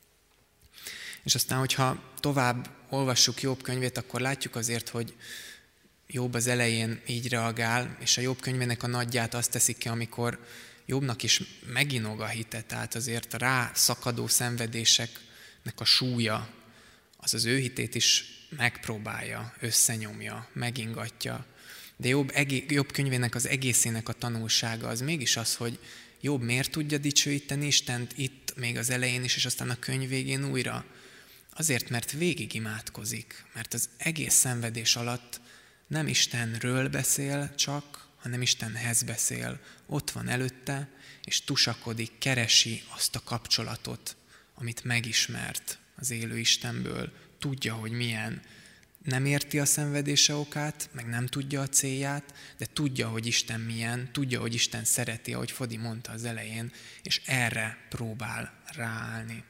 És aztán, hogyha tovább olvassuk Jobb könyvét, akkor látjuk azért, hogy Jobb az elején így reagál, és a Jobb könyvének a nagyját azt teszik ki, amikor Jobbnak is meginog a hite, tehát azért a rászakadó szenvedéseknek a súlya, az ő hitét is megpróbálja, összenyomja, megingatja. De Jobb könyvének az egészének a tanulsága az mégis az, hogy Jobb miért tudja dicsőíteni Istent itt még az elején is, és aztán a könyv végén újra. Azért, mert végig imádkozik, mert az egész szenvedés alatt nem Istenről beszél csak, hanem Istenhez beszél. Ott van előtte, és tusakodik, keresi azt a kapcsolatot, amit megismert az élő Istenből. Tudja, hogy milyen. Nem érti a szenvedése okát, meg nem tudja a célját, de tudja, hogy Isten milyen, tudja, hogy Isten szereti, ahogy Fodi mondta az elején, és erre próbál ráállni.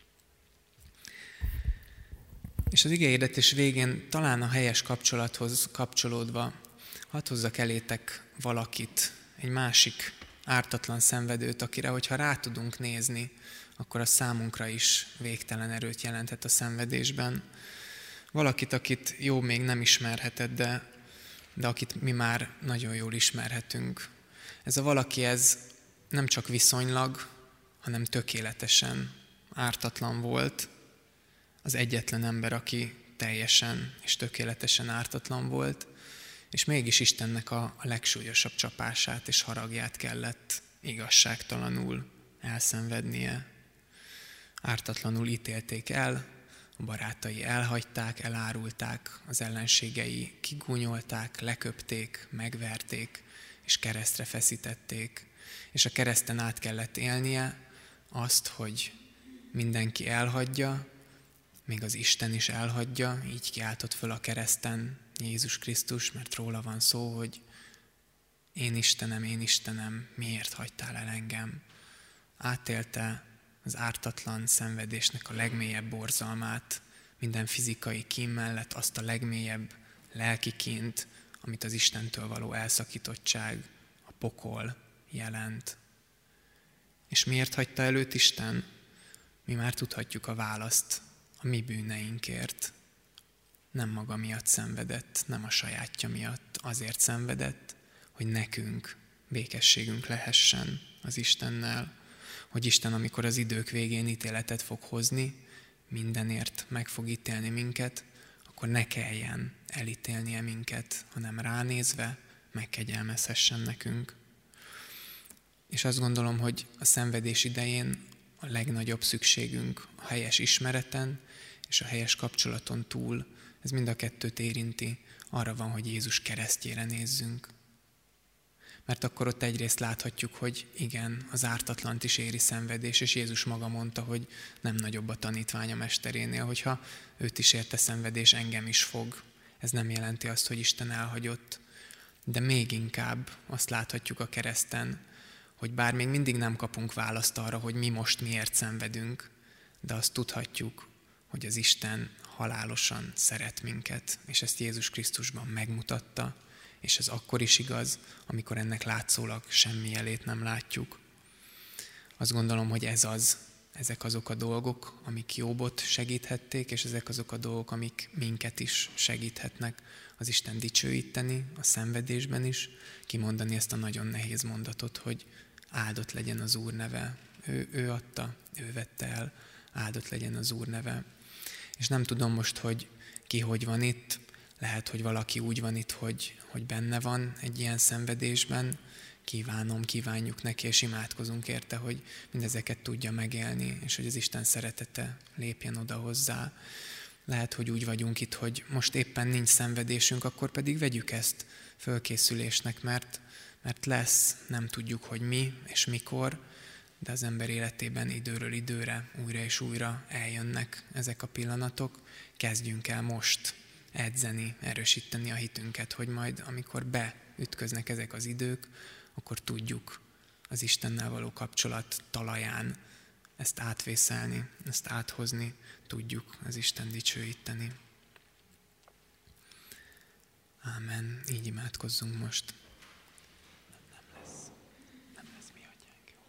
És az igehirdetés végén talán a helyes kapcsolathoz kapcsolódva hadd hozzak elétek valakit, egy másik ártatlan szenvedőt, akire, hogyha rá tudunk nézni, akkor a számunkra is végtelen erőt jelenthet a szenvedésben. Valakit, akit Jobb még nem ismerhetett, de akit mi már nagyon jól ismerhetünk. Ez a valaki, ez nem csak viszonylag, hanem tökéletesen ártatlan volt, az egyetlen ember, aki teljesen és tökéletesen ártatlan volt, és mégis Istennek a legsúlyosabb csapását és haragját kellett igazságtalanul elszenvednie. Ártatlanul ítélték el, a barátai elhagyták, elárulták, az ellenségei kigúnyolták, leköpték, megverték, és keresztre feszítették. És a kereszten át kellett élnie azt, hogy mindenki elhagyja, még az Isten is elhagyja, így kiáltott föl a kereszten Jézus Krisztus, mert róla van szó, hogy én Istenem, miért hagytál el engem? Átélte az ártatlan szenvedésnek a legmélyebb borzalmát, minden fizikai kín mellett azt a legmélyebb lelki kínt, amit az Istentől való elszakítottság, a pokol jelent. És miért hagyta el őt Isten? Mi már tudhatjuk a választ, a mi bűneinkért. Nem maga miatt szenvedett, nem a sajátja miatt, azért szenvedett, hogy nekünk békességünk lehessen az Istennel, hogy Isten, amikor az idők végén ítéletet fog hozni, mindenért meg fog ítélni minket, akkor ne kelljen elítélnie minket, hanem ránézve megkegyelmezhessen nekünk. És azt gondolom, hogy a szenvedés idején a legnagyobb szükségünk a helyes ismereten és a helyes kapcsolaton túl, ez mind a kettőt érinti, arra van, hogy Jézus keresztjére nézzünk. Mert akkor ott egyrészt láthatjuk, hogy igen, az ártatlant is éri szenvedés, és Jézus maga mondta, hogy nem nagyobb a tanítvány a mesterénél, hogyha őt is érte szenvedés, engem is fog. Ez nem jelenti azt, hogy Isten elhagyott, de még inkább azt láthatjuk a kereszten, hogy bár még mindig nem kapunk választ arra, hogy mi most miért szenvedünk, de azt tudhatjuk, hogy az Isten halálosan szeret minket, és ezt Jézus Krisztusban megmutatta, és ez akkor is igaz, amikor ennek látszólag semmi jelét nem látjuk. Azt gondolom, hogy ezek azok a dolgok, amik Jóbot segíthették, és ezek azok a dolgok, amik minket is segíthetnek az Isten dicsőíteni, a szenvedésben is, kimondani ezt a nagyon nehéz mondatot, hogy áldott legyen az Úr neve. Ő adta, ő vette el, áldott legyen az Úr neve. És nem tudom most, hogy ki hogy van itt, lehet, hogy valaki úgy van itt, hogy benne van egy ilyen szenvedésben, kívánjuk neki, és imádkozunk érte, hogy mindezeket tudja megélni, és hogy az Isten szeretete lépjen oda hozzá. Lehet, hogy úgy vagyunk itt, hogy most éppen nincs szenvedésünk, akkor pedig vegyük ezt fölkészülésnek, mert lesz, nem tudjuk, hogy mi és mikor, de az ember életében időről időre, újra és újra eljönnek ezek a pillanatok. Kezdjünk el most edzeni, erősíteni a hitünket, hogy majd amikor beütköznek ezek az idők, akkor tudjuk az Istennel való kapcsolat talaján ezt átvészelni, ezt áthozni, tudjuk az Isten dicsőíteni. Ámen. Így imádkozzunk most. Nem lesz mi adjánk, jó?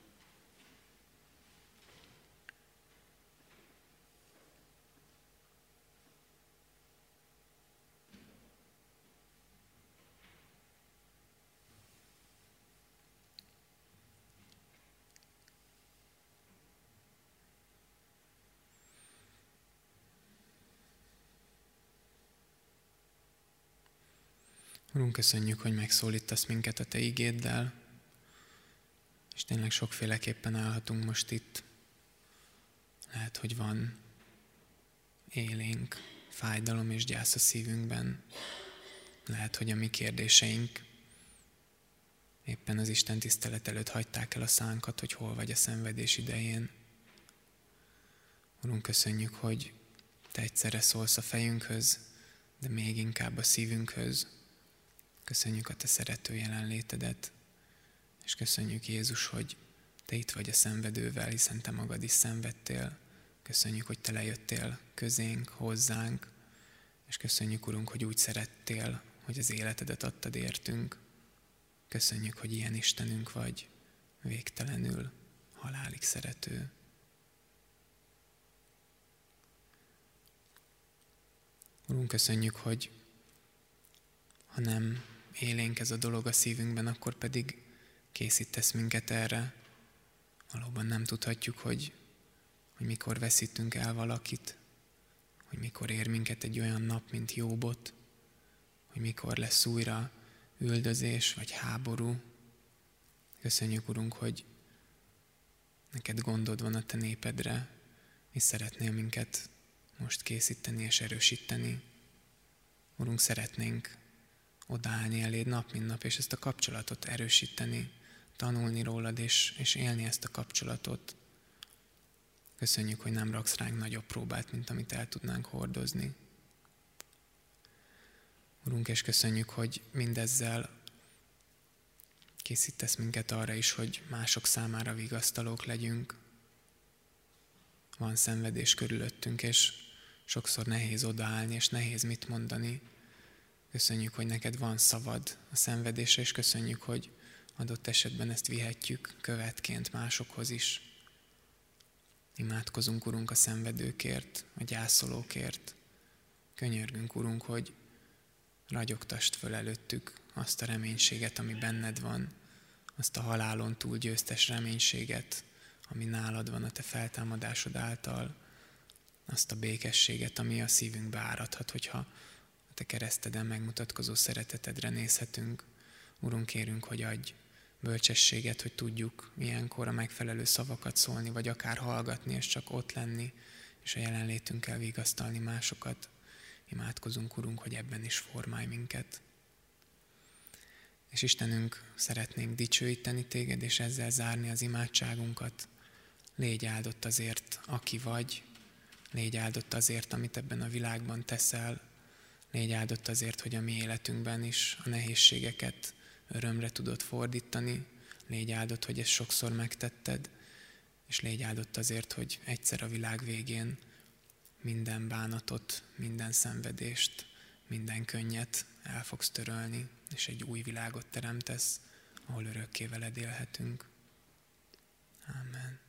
Urunk, köszönjük, hogy megszólítasz minket a Te igéddel, és tényleg sokféleképpen állhatunk most itt. Lehet, hogy van élénk fájdalom és gyász a szívünkben. Lehet, hogy a mi kérdéseink éppen az Isten tisztelet előtt hagyták el a szánkat, hogy hol vagy a szenvedés idején. Urunk, köszönjük, hogy Te egyszerre szólsz a fejünkhöz, de még inkább a szívünkhöz. Köszönjük a Te szerető jelenlétedet, és köszönjük, Jézus, hogy Te itt vagy a szenvedővel, hiszen Te magad is szenvedtél. Köszönjük, hogy Te lejöttél közénk, hozzánk, és köszönjük, Urunk, hogy úgy szerettél, hogy az életedet adtad értünk. Köszönjük, hogy ilyen Istenünk vagy, végtelenül, halálig szerető. Urunk, köszönjük, hogy ha nem élénk ez a dolog a szívünkben, akkor pedig készítesz minket erre, Valóban nem tudhatjuk, hogy mikor veszítünk el valakit, hogy mikor ér minket egy olyan nap, mint Jóbot, hogy mikor lesz újra üldözés vagy háború. Köszönjük, Urunk, hogy neked gondod van a te népedre, és szeretnél minket most készíteni és erősíteni. Urunk, szeretnénk odaállni eléd nap, mint nap, és ezt a kapcsolatot erősíteni, tanulni rólad, és élni ezt a kapcsolatot. Köszönjük, hogy nem raksz ránk nagyobb próbát, mint amit el tudnánk hordozni. Urunk, és köszönjük, hogy mindezzel készítesz minket arra is, hogy mások számára vigasztalók legyünk. Van szenvedés körülöttünk, és sokszor nehéz odaállni, és nehéz mit mondani. Köszönjük, hogy neked van szavad a szenvedésre, és köszönjük, hogy adott esetben ezt vihetjük követként másokhoz is. Imádkozunk, Urunk, a szenvedőkért, a gyászolókért. Könyörgünk, Urunk, hogy ragyogtasd föl előttük azt a reménységet, ami benned van, azt a halálon túl győztes reménységet, ami nálad van a te feltámadásod által, azt a békességet, ami a szívünkbe áradhat, hogyha a te kereszteden megmutatkozó szeretetedre nézhetünk. Urunk, kérünk, hogy adj bölcsességet, hogy tudjuk ilyenkor a megfelelő szavakat szólni, vagy akár hallgatni, és csak ott lenni, és a jelenlétünkkel vigasztalni másokat. Imádkozunk, Urunk, hogy ebben is formálj minket. És Istenünk, szeretnénk dicsőíteni téged, és ezzel zárni az imádságunkat. Légy áldott azért, aki vagy, légy áldott azért, amit ebben a világban teszel, légy áldott azért, hogy a mi életünkben is a nehézségeket örömre tudod fordítani, légy áldott, hogy ezt sokszor megtetted, és légy áldott azért, hogy egyszer a világ végén minden bánatot, minden szenvedést, minden könnyet el fogsz törölni, és egy új világot teremtesz, ahol örökké veled élhetünk. Ámen.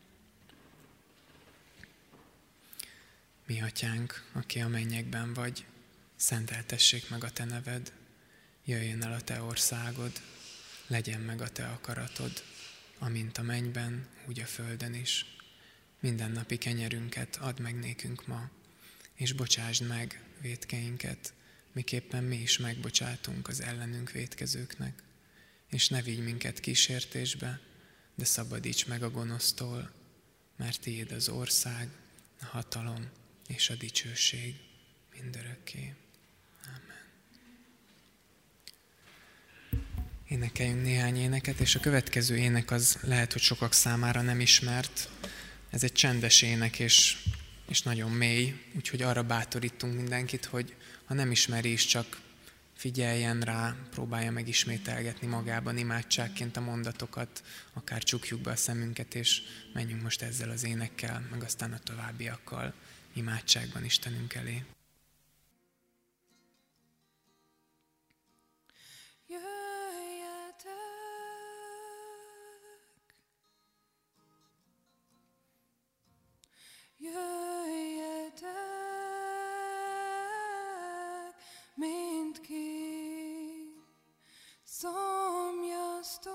Mi atyánk, aki a mennyekben vagy, szenteltessék meg a te neved, jöjjön el a te országod, legyen meg a te akaratod, amint a mennyben, úgy a földön is. Mindennapi kenyerünket add meg nékünk ma, és bocsásd meg vétkeinket, miképpen mi is megbocsátunk az ellenünk vétkezőknek. És ne vigy minket kísértésbe, de szabadíts meg a gonosztól, mert tiéd az ország, a hatalom és a dicsőség mindörökké. Ámen. Énekeljünk néhány éneket, és a következő ének az lehet, hogy sokak számára nem ismert. Ez egy csendes ének, és nagyon mély, úgyhogy arra bátorítunk mindenkit, hogy ha nem ismeri is, csak figyeljen rá, próbálja meg ismételgetni magában imádságként a mondatokat, akár csukjuk be a szemünket, és menjünk most ezzel az énekkel, meg aztán a továbbiakkal imádságban Istenünk elé. Jöjjetek, mindki szomjaztok,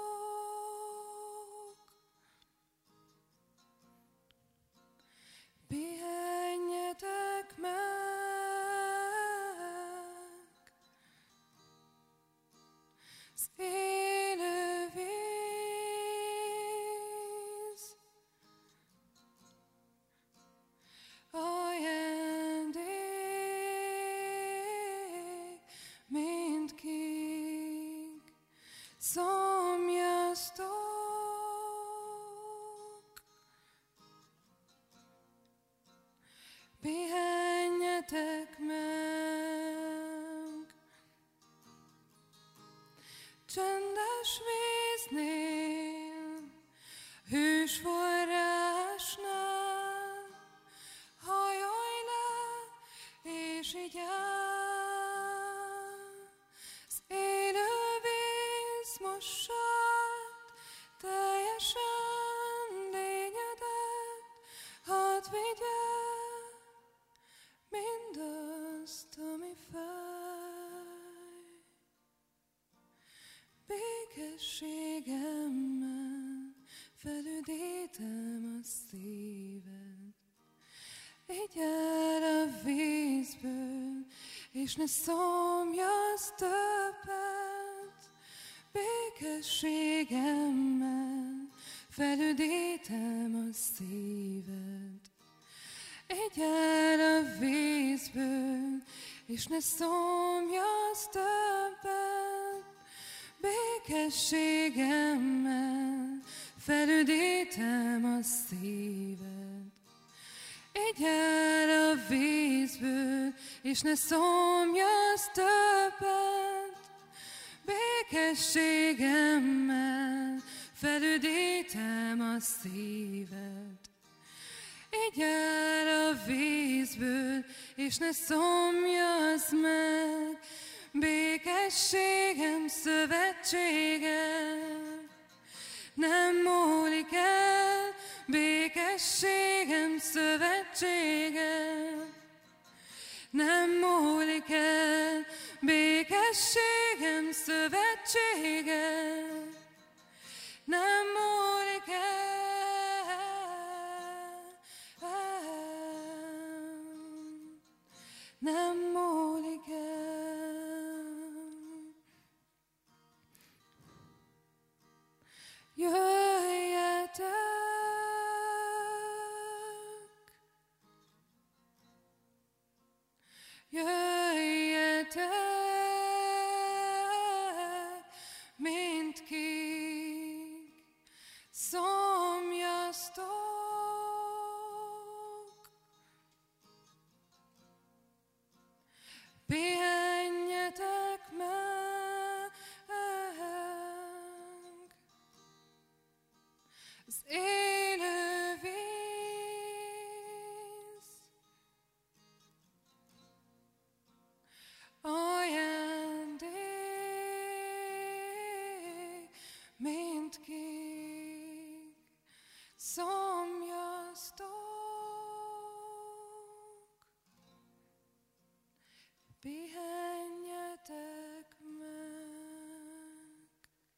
pihenjetek meg, az élő víz ajándék mindkik szomjaztok. Pihenjetek meg, csendes víznél, hűs forrásnál, hajolj le és igyál, az élő víz mossa át teljesen lényedet, hadd vigye mindazt, ami fáj. Békességemmel felül és ne szomjasz többet, békességemmel felüdítem a szíved. Egy el a vízből, és ne szomjasz többet, békességemmel felüdítem a szíved. Egy el a vízből, és ne szomjasz többet, békességemmel felüdítem a szíved. Így el a vízből, és ne szomjasz meg, békességem szövetségem. Nem múlik el, békességem szövetségem. Nem múlik el, békességem szövetségem. Nem múlik el. Nem múlik el. Jöjjetek, jöjjetek, mindkik szomjaztok. Pihenjetek meg az élő víz ajándék mindkik szomjaztok. Pihenjetek meg.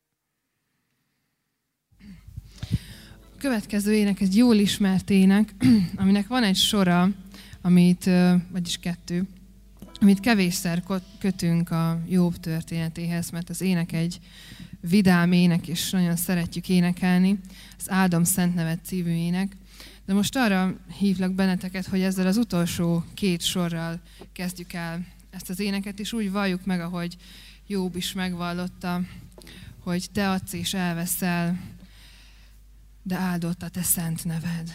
A következő ének egy jól ismert ének, aminek van egy sora, vagyis kettő, amit kevésszer kötünk a Jobb történetéhez, mert az ének egy vidám ének, és nagyon szeretjük énekelni, az Áldom szent neved című ének. De most arra hívlak benneteket, hogy ezzel az utolsó két sorral kezdjük el ezt az éneket, és úgy valljuk meg, ahogy Jobb is megvallotta, hogy te adsz és elveszel, de áldott a te szent neved.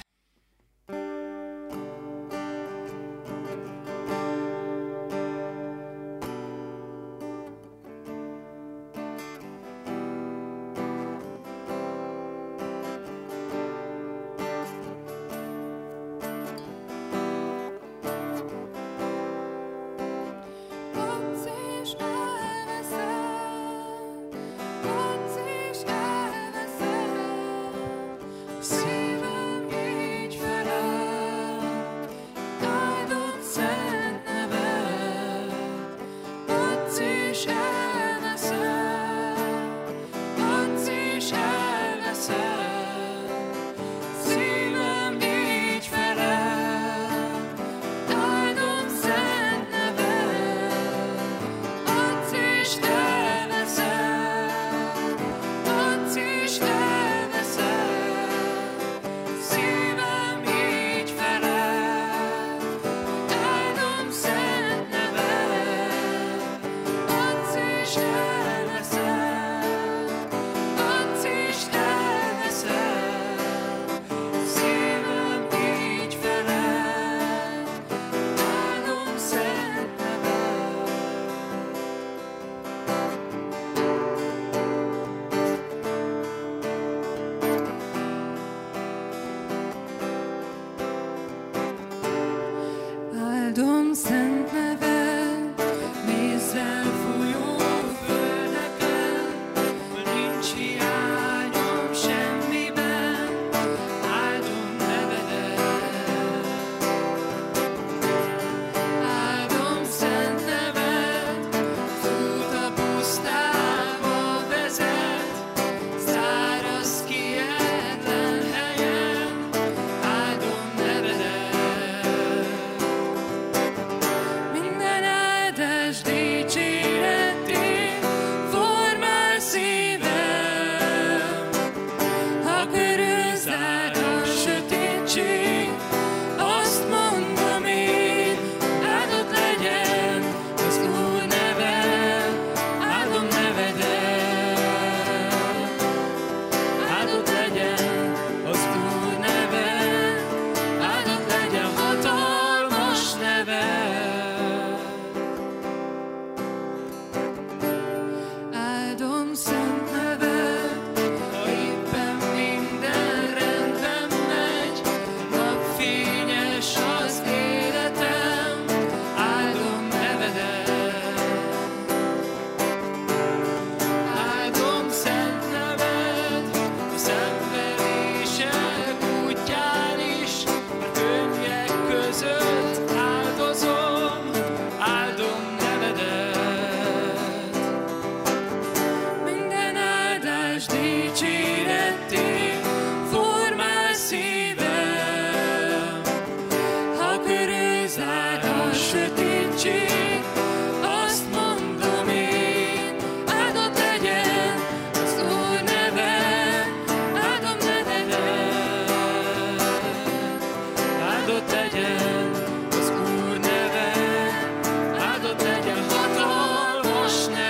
Áldom szent neved, vízzel folyó föld.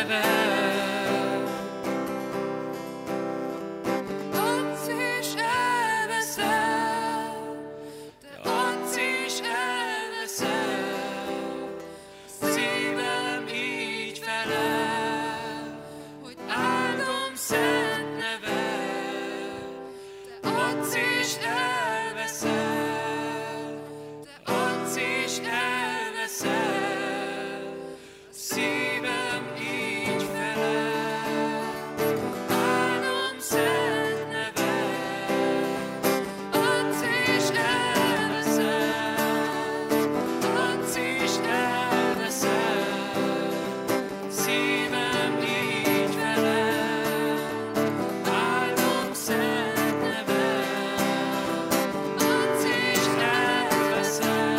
Adsz és elveszel, te adsz és elveszel, szívem így felel, hogy áldom szent neved. Te adsz és elveszel, te adsz és elveszel, szívem így felel, áldom szent neved. Adsz és elveszel, adsz és elveszel, szívem így felel, áldom szent neved. Adsz és elveszel,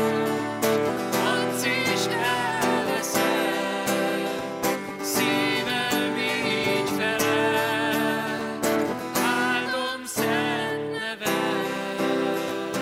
adsz és elveszel, szívem így felel, áldom szent neved.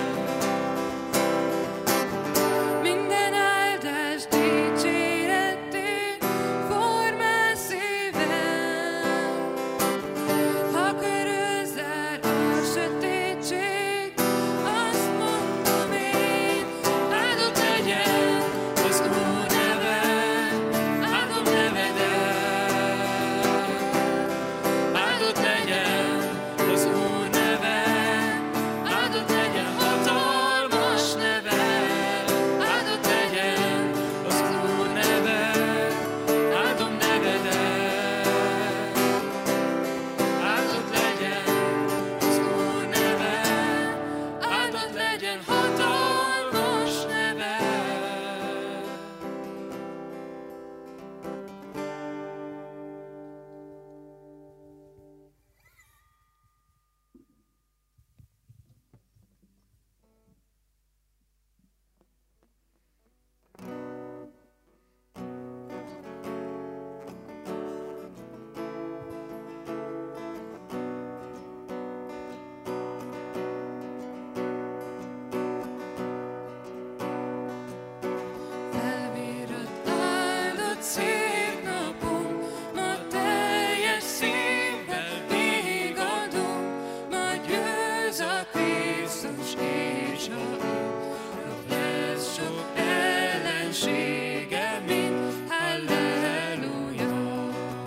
Minden áldás dicséretté formál szívem, ha körülzár a sötétség, azt mondom én, áldott legyen az Úr neve, áldom nevedet. Áldott legyen az Úr neve, áldott legyen hatalmas neve, áldott legyen az Úr neve, áldom nevedet. Áldott legyen az Úr neve, áldott legyen hatalmas neve. Felvirat áldott szép napom, ma teljes szívvel végadom, ma győz a Krisztus és a Úr, lesz sok ellensége, mint halleluja.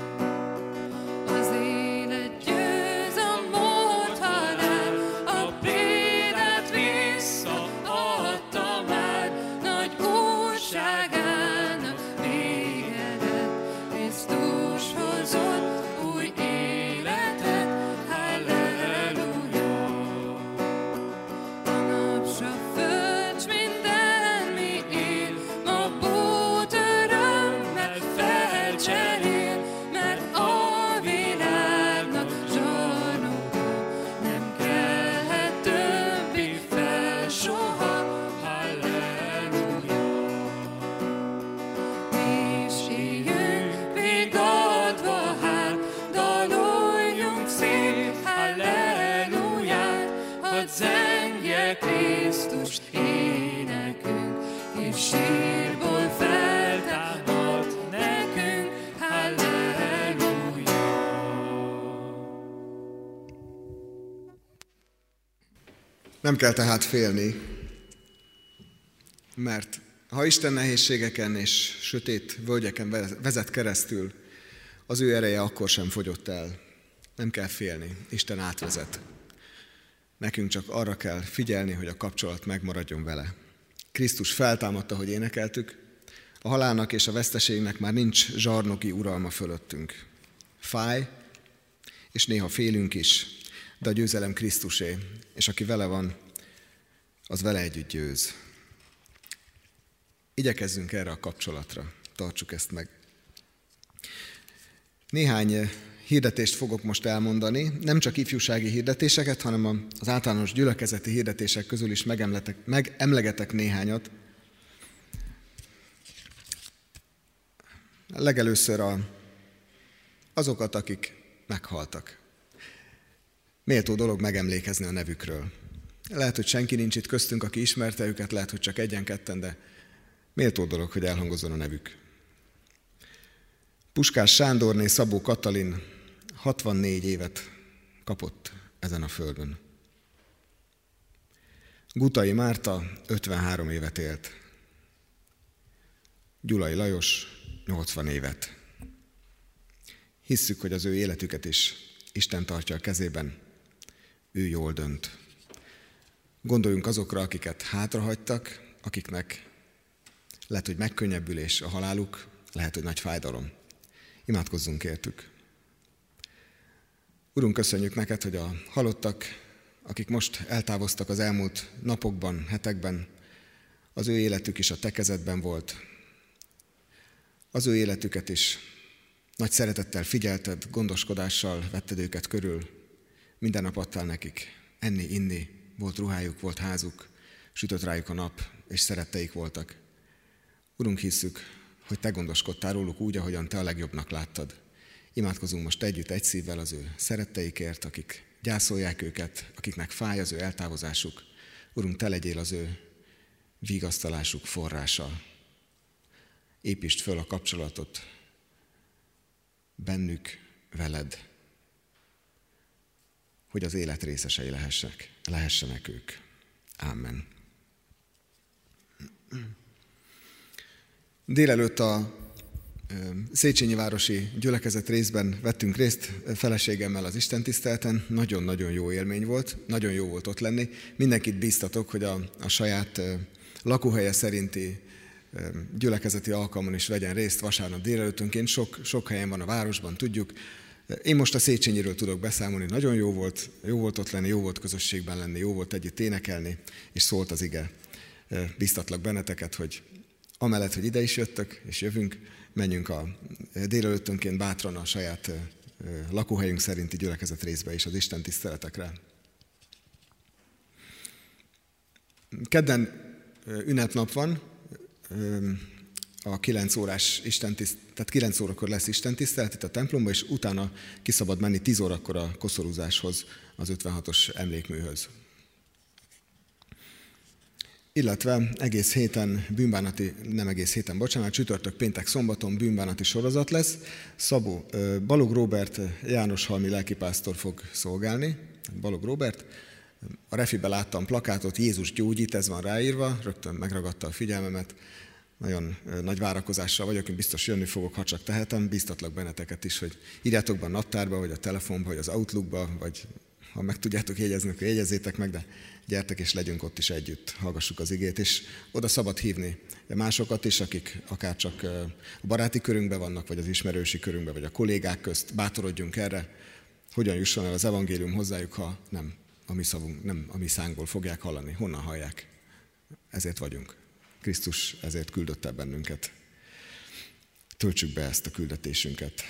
Az élet győz, a múlt halál, a prédát visszaadta már, nagy újságának vége lett, Krisztus hozott új életet, halleluja. A napsra föld, s minden, mi él, ma bújt örömmel felcserél, mert a világnak zsarnoka nem kelhet többé fel soha, halleluja. Mi is éljünk végadva hát, daloljunk szép halleluját, hadd zengje Krisztust énekünk, és sírból feltámad nekünk, halleluja. Nem kell tehát félni, mert ha Isten nehézségeken és sötét völgyeken vezet keresztül, az ő ereje akkor sem fogyott el. Nem kell félni, Isten átvezet. Nekünk csak arra kell figyelni, hogy a kapcsolat megmaradjon vele. Krisztus feltámadta, hogy énekeltük, a halálnak és a veszteségnek már nincs zsarnoki uralma fölöttünk. Fáj, és néha félünk is, de a győzelem Krisztusé, és aki vele van, az vele együtt győz. Igyekezzünk erre a kapcsolatra, tartsuk ezt meg. Néhány hirdetést fogok most elmondani, nem csak ifjúsági hirdetéseket, hanem az általános gyülekezeti hirdetések közül is megemlegetek néhányat. Legelőször azokat, akik meghaltak. Méltó dolog megemlékezni a nevükről. Lehet, hogy senki nincs itt köztünk, aki ismerte őket, lehet, hogy csak egyen-ketten, de méltó dolog, hogy elhangozzon a nevük. Puskás Sándorné Szabó Katalin 64 évet kapott ezen a földön. Gutai Márta 53 évet élt. Gyulai Lajos 80 évet. Hisszük, hogy az ő életüket is Isten tartja a kezében. Ő jól dönt. Gondoljunk azokra, akiket hátrahagytak, akiknek lehet, hogy megkönnyebbülés a haláluk, lehet, hogy nagy fájdalom. Imádkozzunk értük. Urunk, köszönjük neked, hogy a halottak, akik most eltávoztak az elmúlt napokban, hetekben, az ő életük is a te kezedben volt. Az ő életüket is nagy szeretettel figyelted, gondoskodással vetted őket körül. Minden nap adtál nekik enni, inni, volt ruhájuk, volt házuk, sütött rájuk a nap, és szeretteik voltak. Urunk, hisszük, hogy te gondoskodtál róluk úgy, ahogyan te a legjobbnak láttad. Imádkozunk most együtt, egy szívvel az ő szeretteikért, akik gyászolják őket, akiknek fáj az ő eltávozásuk. Urunk, te legyél az ő vigasztalásuk forrása. Építsd föl a kapcsolatot bennük, veled, hogy az élet részesei lehessenek ők. Amen. Délelőtt a Széchenyi városi gyülekezet részben vettünk részt feleségemmel az istentiszteleten. Nagyon-nagyon jó élmény volt, nagyon jó volt ott lenni. Mindenkit bíztatok, hogy a saját lakóhelye szerinti gyülekezeti alkalmon is vegyen részt vasárnap délelőttönként. Sok helyen van a városban, tudjuk. Én most a Széchenyiről tudok beszámolni. Nagyon jó volt ott lenni, jó volt közösségben lenni, jó volt együtt énekelni, és szólt az ige. Bíztatlak benneteket, hogy amellett, hogy ide is jöttök, és jövünk, menjünk a délelőttönként bátran a saját lakóhelyünk szerinti gyülekezet részbe is az Isten tiszteletekre. Kedden ünnepnap van, a 9 órás tehát 9 órakor lesz istentisztelet itt a templomban, és utána kiszabad menni 10 órakor a koszorúzáshoz, az 56-os emlékműhöz. Illetve egész héten csütörtök, péntek, szombaton bűnbánati sorozat lesz. Balog Róbert Jánoshalmi lelkipásztor fog szolgálni. Balog Róbert. A refibe láttam plakátot, Jézus gyógyít, ez van ráírva, rögtön megragadta a figyelmemet. Nagyon nagy várakozással vagyok, én biztos jönni fogok, ha csak tehetem. Bíztatlak benneteket is, hogy írjátok be a naptárba, vagy a telefonba, vagy az Outlookba, vagy ha meg tudjátok jegyezni, akkor jegyezzétek meg, de gyertek és legyünk ott is együtt, hallgassuk az igét, és oda szabad hívni másokat is, akik akár csak a baráti körünkben vannak, vagy az ismerősi körünkben, vagy a kollégák közt, bátorodjunk erre, hogyan jusson el az evangélium hozzájuk, ha nem a mi szavunk, nem a mi szánkból fogják hallani. Honnan hallják? Ezért vagyunk. Krisztus ezért küldött el bennünket. Töltsük be ezt a küldetésünket.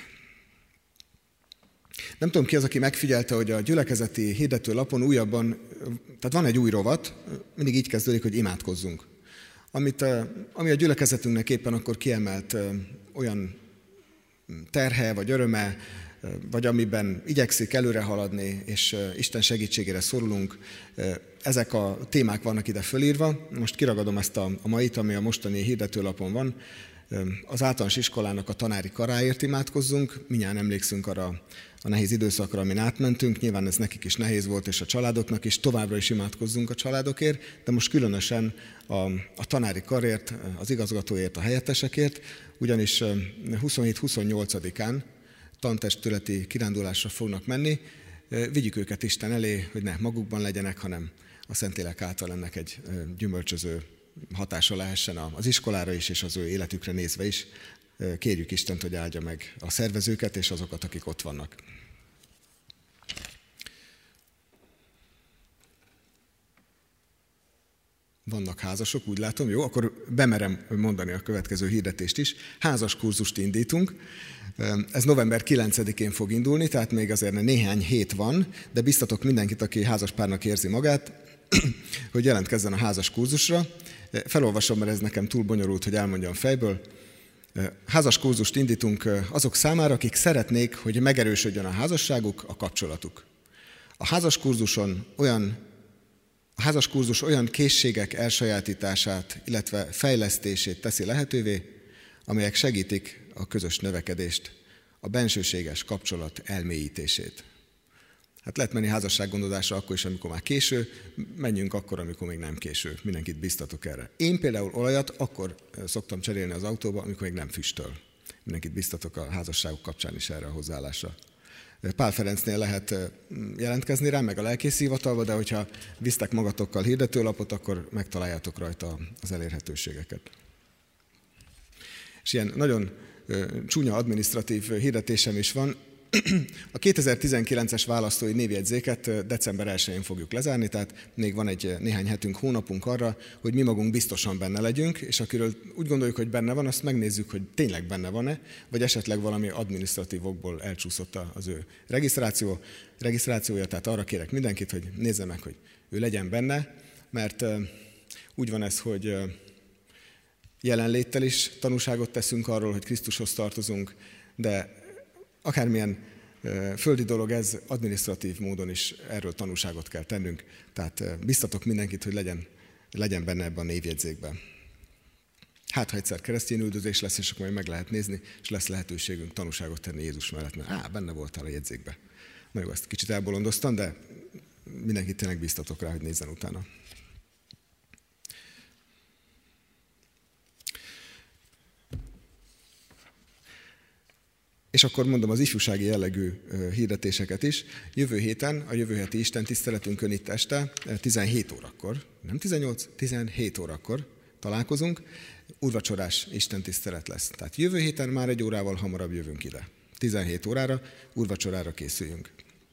Nem tudom ki az, aki megfigyelte, hogy a gyülekezeti hirdetőlapon tehát van egy új rovat, mindig így kezdődik, hogy imádkozzunk. Ami a gyülekezetünknek éppen akkor kiemelt olyan terhe vagy öröme, vagy amiben igyekszik előre haladni, és Isten segítségére szorulunk. Ezek a témák vannak ide fölírva. Most kiragadom ezt a mait, ami a mostani hirdetőlapon van. Az általános iskolának a tanári karáért imádkozzunk. Mindjárt emlékszünk arra a nehéz időszakra, amin átmentünk. Nyilván ez nekik is nehéz volt, és a családoknak is. Továbbra is imádkozzunk a családokért, de most különösen a tanári karért, az igazgatóért, a helyettesekért, ugyanis 27-28-án tantestületi kirándulásra fognak menni. Vigyük őket Isten elé, hogy ne magukban legyenek, hanem a Szentlélek által ennek egy gyümölcsöző hatása lehessen az iskolára is, és az ő életükre nézve is. Kérjük Istent, hogy áldja meg a szervezőket és azokat, akik ott vannak. Vannak házasok, úgy látom, jó? Akkor bemerem mondani a következő hirdetést is. Házas kurzust indítunk. Ez november 9-én fog indulni, tehát még azért néhány hét van, de biztatok mindenkit, aki házaspárnak érzi magát, hogy jelentkezzen a házas kurzusra. Felolvasom, mert ez nekem túl bonyolult, hogy elmondjam fejből. Házas kurzust indítunk azok számára, akik szeretnék, hogy megerősödjön a házasságuk, a kapcsolatuk. A házas kurzus olyan készségek elsajátítását, illetve fejlesztését teszi lehetővé, amelyek segítik a közös növekedést, a bensőséges kapcsolat elmélyítését. Hát lehet menni házassággondozásra akkor is, amikor már késő, menjünk akkor, amikor még nem késő. Mindenkit biztatok erre. Én például olajat akkor szoktam cserélni az autóba, amikor még nem füstöl. Mindenkit biztatok a házasságok kapcsán is erre a hozzáállásra. Pál Ferencnél lehet jelentkezni rá, meg a lelkész hivatalba, de hogyha visztek magatokkal hirdetőlapot, akkor megtaláljátok rajta az elérhetőségeket. És ilyen nagyon csúnya adminisztratív hirdetésem is van. A 2019-es választói névjegyzéket december 1-én fogjuk lezárni, tehát még van néhány hetünk, hónapunk arra, hogy mi magunk biztosan benne legyünk, és akiről úgy gondoljuk, hogy benne van, azt megnézzük, hogy tényleg benne van-e, vagy esetleg valami adminisztratív okból elcsúszott az ő regisztrációja, tehát arra kérek mindenkit, hogy nézze meg, hogy ő legyen benne, mert úgy van ez, hogy jelenléttel is tanúságot teszünk arról, hogy Krisztushoz tartozunk, de akármilyen földi dolog ez, adminisztratív módon is erről tanúságot kell tennünk. Tehát biztatok mindenkit, hogy legyen benne ebben a névjegyzékben. Hát, ha egyszer keresztény üldözés lesz, és akkor majd meg lehet nézni, és lesz lehetőségünk tanúságot tenni Jézus mellett, mert benne voltál a jegyzékben. Na jó, ezt kicsit elbolondoztam, de mindenkit tényleg biztatok rá, hogy nézzen utána. És akkor mondom az ifjúsági jellegű hirdetéseket is. Jövő héten, a jövő heti Isten tiszteletünkön itt este 17 órakor, nem 18, 17 órakor találkozunk, úrvacsorás Isten tisztelet lesz. Tehát jövő héten már egy órával hamarabb jövünk ide. 17 órára, úrvacsorára készüljünk.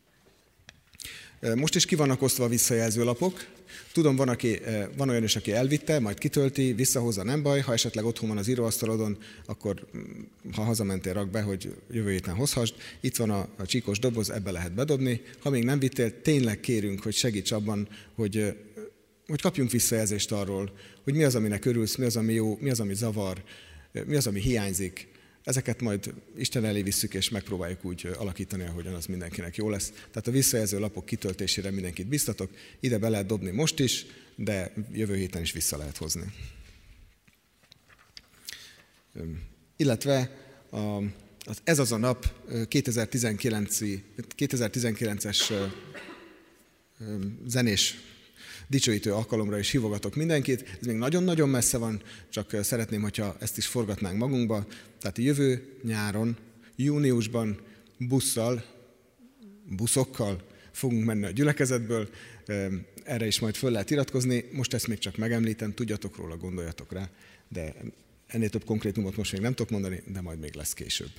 Most is ki vannak osztva a visszajelzőlapok. Tudom, van olyan is, aki elvitte, majd kitölti, visszahozza, nem baj. Ha esetleg otthon van az íróasztalodon, akkor ha hazamentél, rak be, hogy jövő héten hozhassd. Itt van a csíkos doboz, ebbe lehet bedobni. Ha még nem vittél, tényleg kérünk, hogy segíts abban, hogy kapjunk visszajelzést arról, hogy mi az, aminek örülsz, mi az, ami jó, mi az, ami zavar, mi az, ami hiányzik. Ezeket majd Isten elé visszük, és megpróbáljuk úgy alakítani, ahogyan az mindenkinek jó lesz. Tehát a visszajelző lapok kitöltésére mindenkit biztatok. Ide be lehet dobni most is, de jövő héten is vissza lehet hozni. Illetve ez az a nap 2019-es zenés dicsőítő alkalomra is hívogatok mindenkit. Ez még nagyon-nagyon messze van, csak szeretném, hogyha ezt is forgatnánk magunkba. Tehát jövő nyáron, júniusban buszokkal fogunk menni a gyülekezetből. Erre is majd föl lehet iratkozni. Most ezt még csak megemlítem, tudjatok róla, gondoljatok rá. De ennél több konkrétumot most még nem tudok mondani, de majd még lesz később.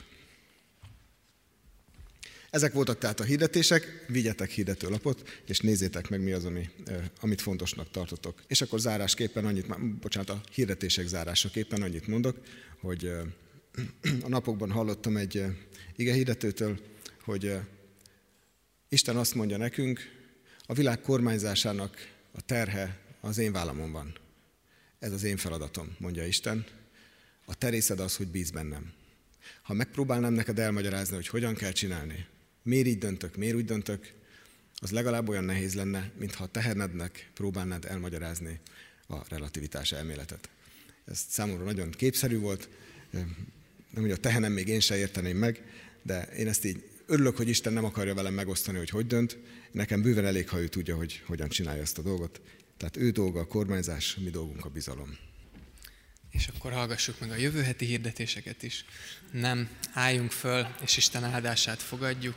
Ezek voltak tehát a hirdetések, vigyetek hirdetőlapot, és nézzétek meg, mi az, amit fontosnak tartotok. És akkor zárásképpen a hirdetések zárásaképpen annyit mondok, hogy a napokban hallottam egy igehirdetőtől, hogy Isten azt mondja nekünk, a világ kormányzásának a terhe az én vállamon van. Ez az én feladatom, mondja Isten. A te részed az, hogy bízz bennem. Ha megpróbálnám neked elmagyarázni, hogy hogyan kell csinálni, miért így döntök, miért úgy döntök, az legalább olyan nehéz lenne, mintha a tehernednek próbálnád elmagyarázni a relativitás elméletet. Ez számomra nagyon képszerű volt, nem, hogy a tehenem még én se érteném meg, de én ezt így örülök, hogy Isten nem akarja velem megosztani, hogy dönt. Nekem bőven elég, ha ő tudja, hogy hogyan csinálja ezt a dolgot. Tehát ő dolga a kormányzás, mi dolgunk a bizalom. És akkor hallgassuk meg a jövő heti hirdetéseket is. Nem, álljunk föl, és Isten áldását fogadjuk.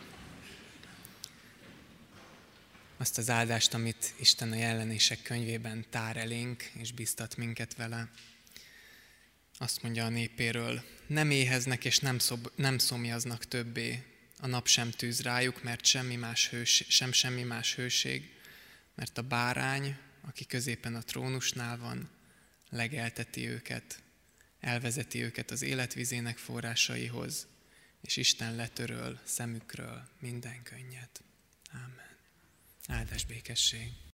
Azt az áldást, amit Isten a Jelenések könyvében tár elénk, és biztat minket vele. Azt mondja a népéről, nem éheznek és nem szomjaznak többé. A nap sem tűz rájuk, mert semmi más hőség, mert a bárány, aki középen a trónusnál van, legelteti őket, elvezeti őket az életvizének forrásaihoz, és Isten letöröl szemükről minden könnyet. Ámen. Áldás békesség.